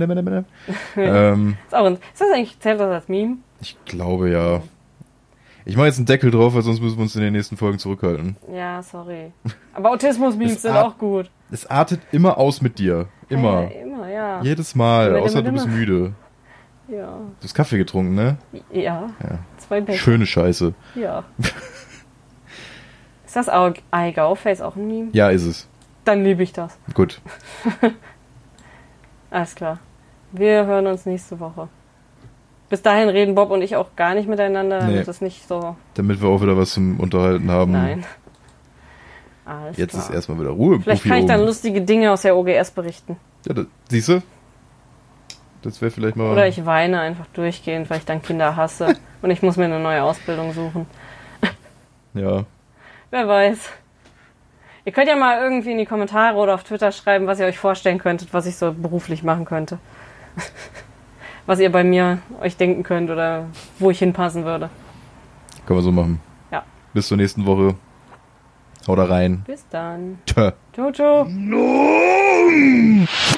das eigentlich, zählt das als Meme? Ich glaube ja. Ich mache jetzt einen Deckel drauf, weil sonst müssen wir uns in den nächsten Folgen zurückhalten. Ja, sorry. Aber Autismus-Memes Es sind auch gut. Es artet immer aus mit dir. Immer. Ja, immer, ja. Jedes Mal. Immer, Außer immer, du bist immer. müde. Ja. Du hast Kaffee getrunken, ne? Ja. Ja. 2 Becher. Schöne Scheiße. Ja. Ist das iGo-Face auch ein Meme? Ja, ist es. Dann liebe ich das. Gut. Alles klar. Wir hören uns nächste Woche. Bis dahin reden Bob und ich auch gar nicht miteinander, damit es nicht so... Damit wir auch wieder was zum Unterhalten haben. Nein. Alles Jetzt klar. ist erstmal wieder Ruhe im Vielleicht Profi kann ich dann oben. lustige Dinge aus der OGS berichten. Ja, siehst du? Das wäre vielleicht mal... Oder ich weine einfach durchgehend, weil ich dann Kinder hasse. Und ich muss mir eine neue Ausbildung suchen. Ja. Wer weiß. Ihr könnt ja mal irgendwie in die Kommentare oder auf Twitter schreiben, was ihr euch vorstellen könntet, was ich so beruflich machen könnte. Was ihr bei mir euch denken könnt oder wo ich hinpassen würde. Können wir so machen. Ja. Bis zur nächsten Woche. Haut da rein. Bis dann. Tschö. Ciao, ciao.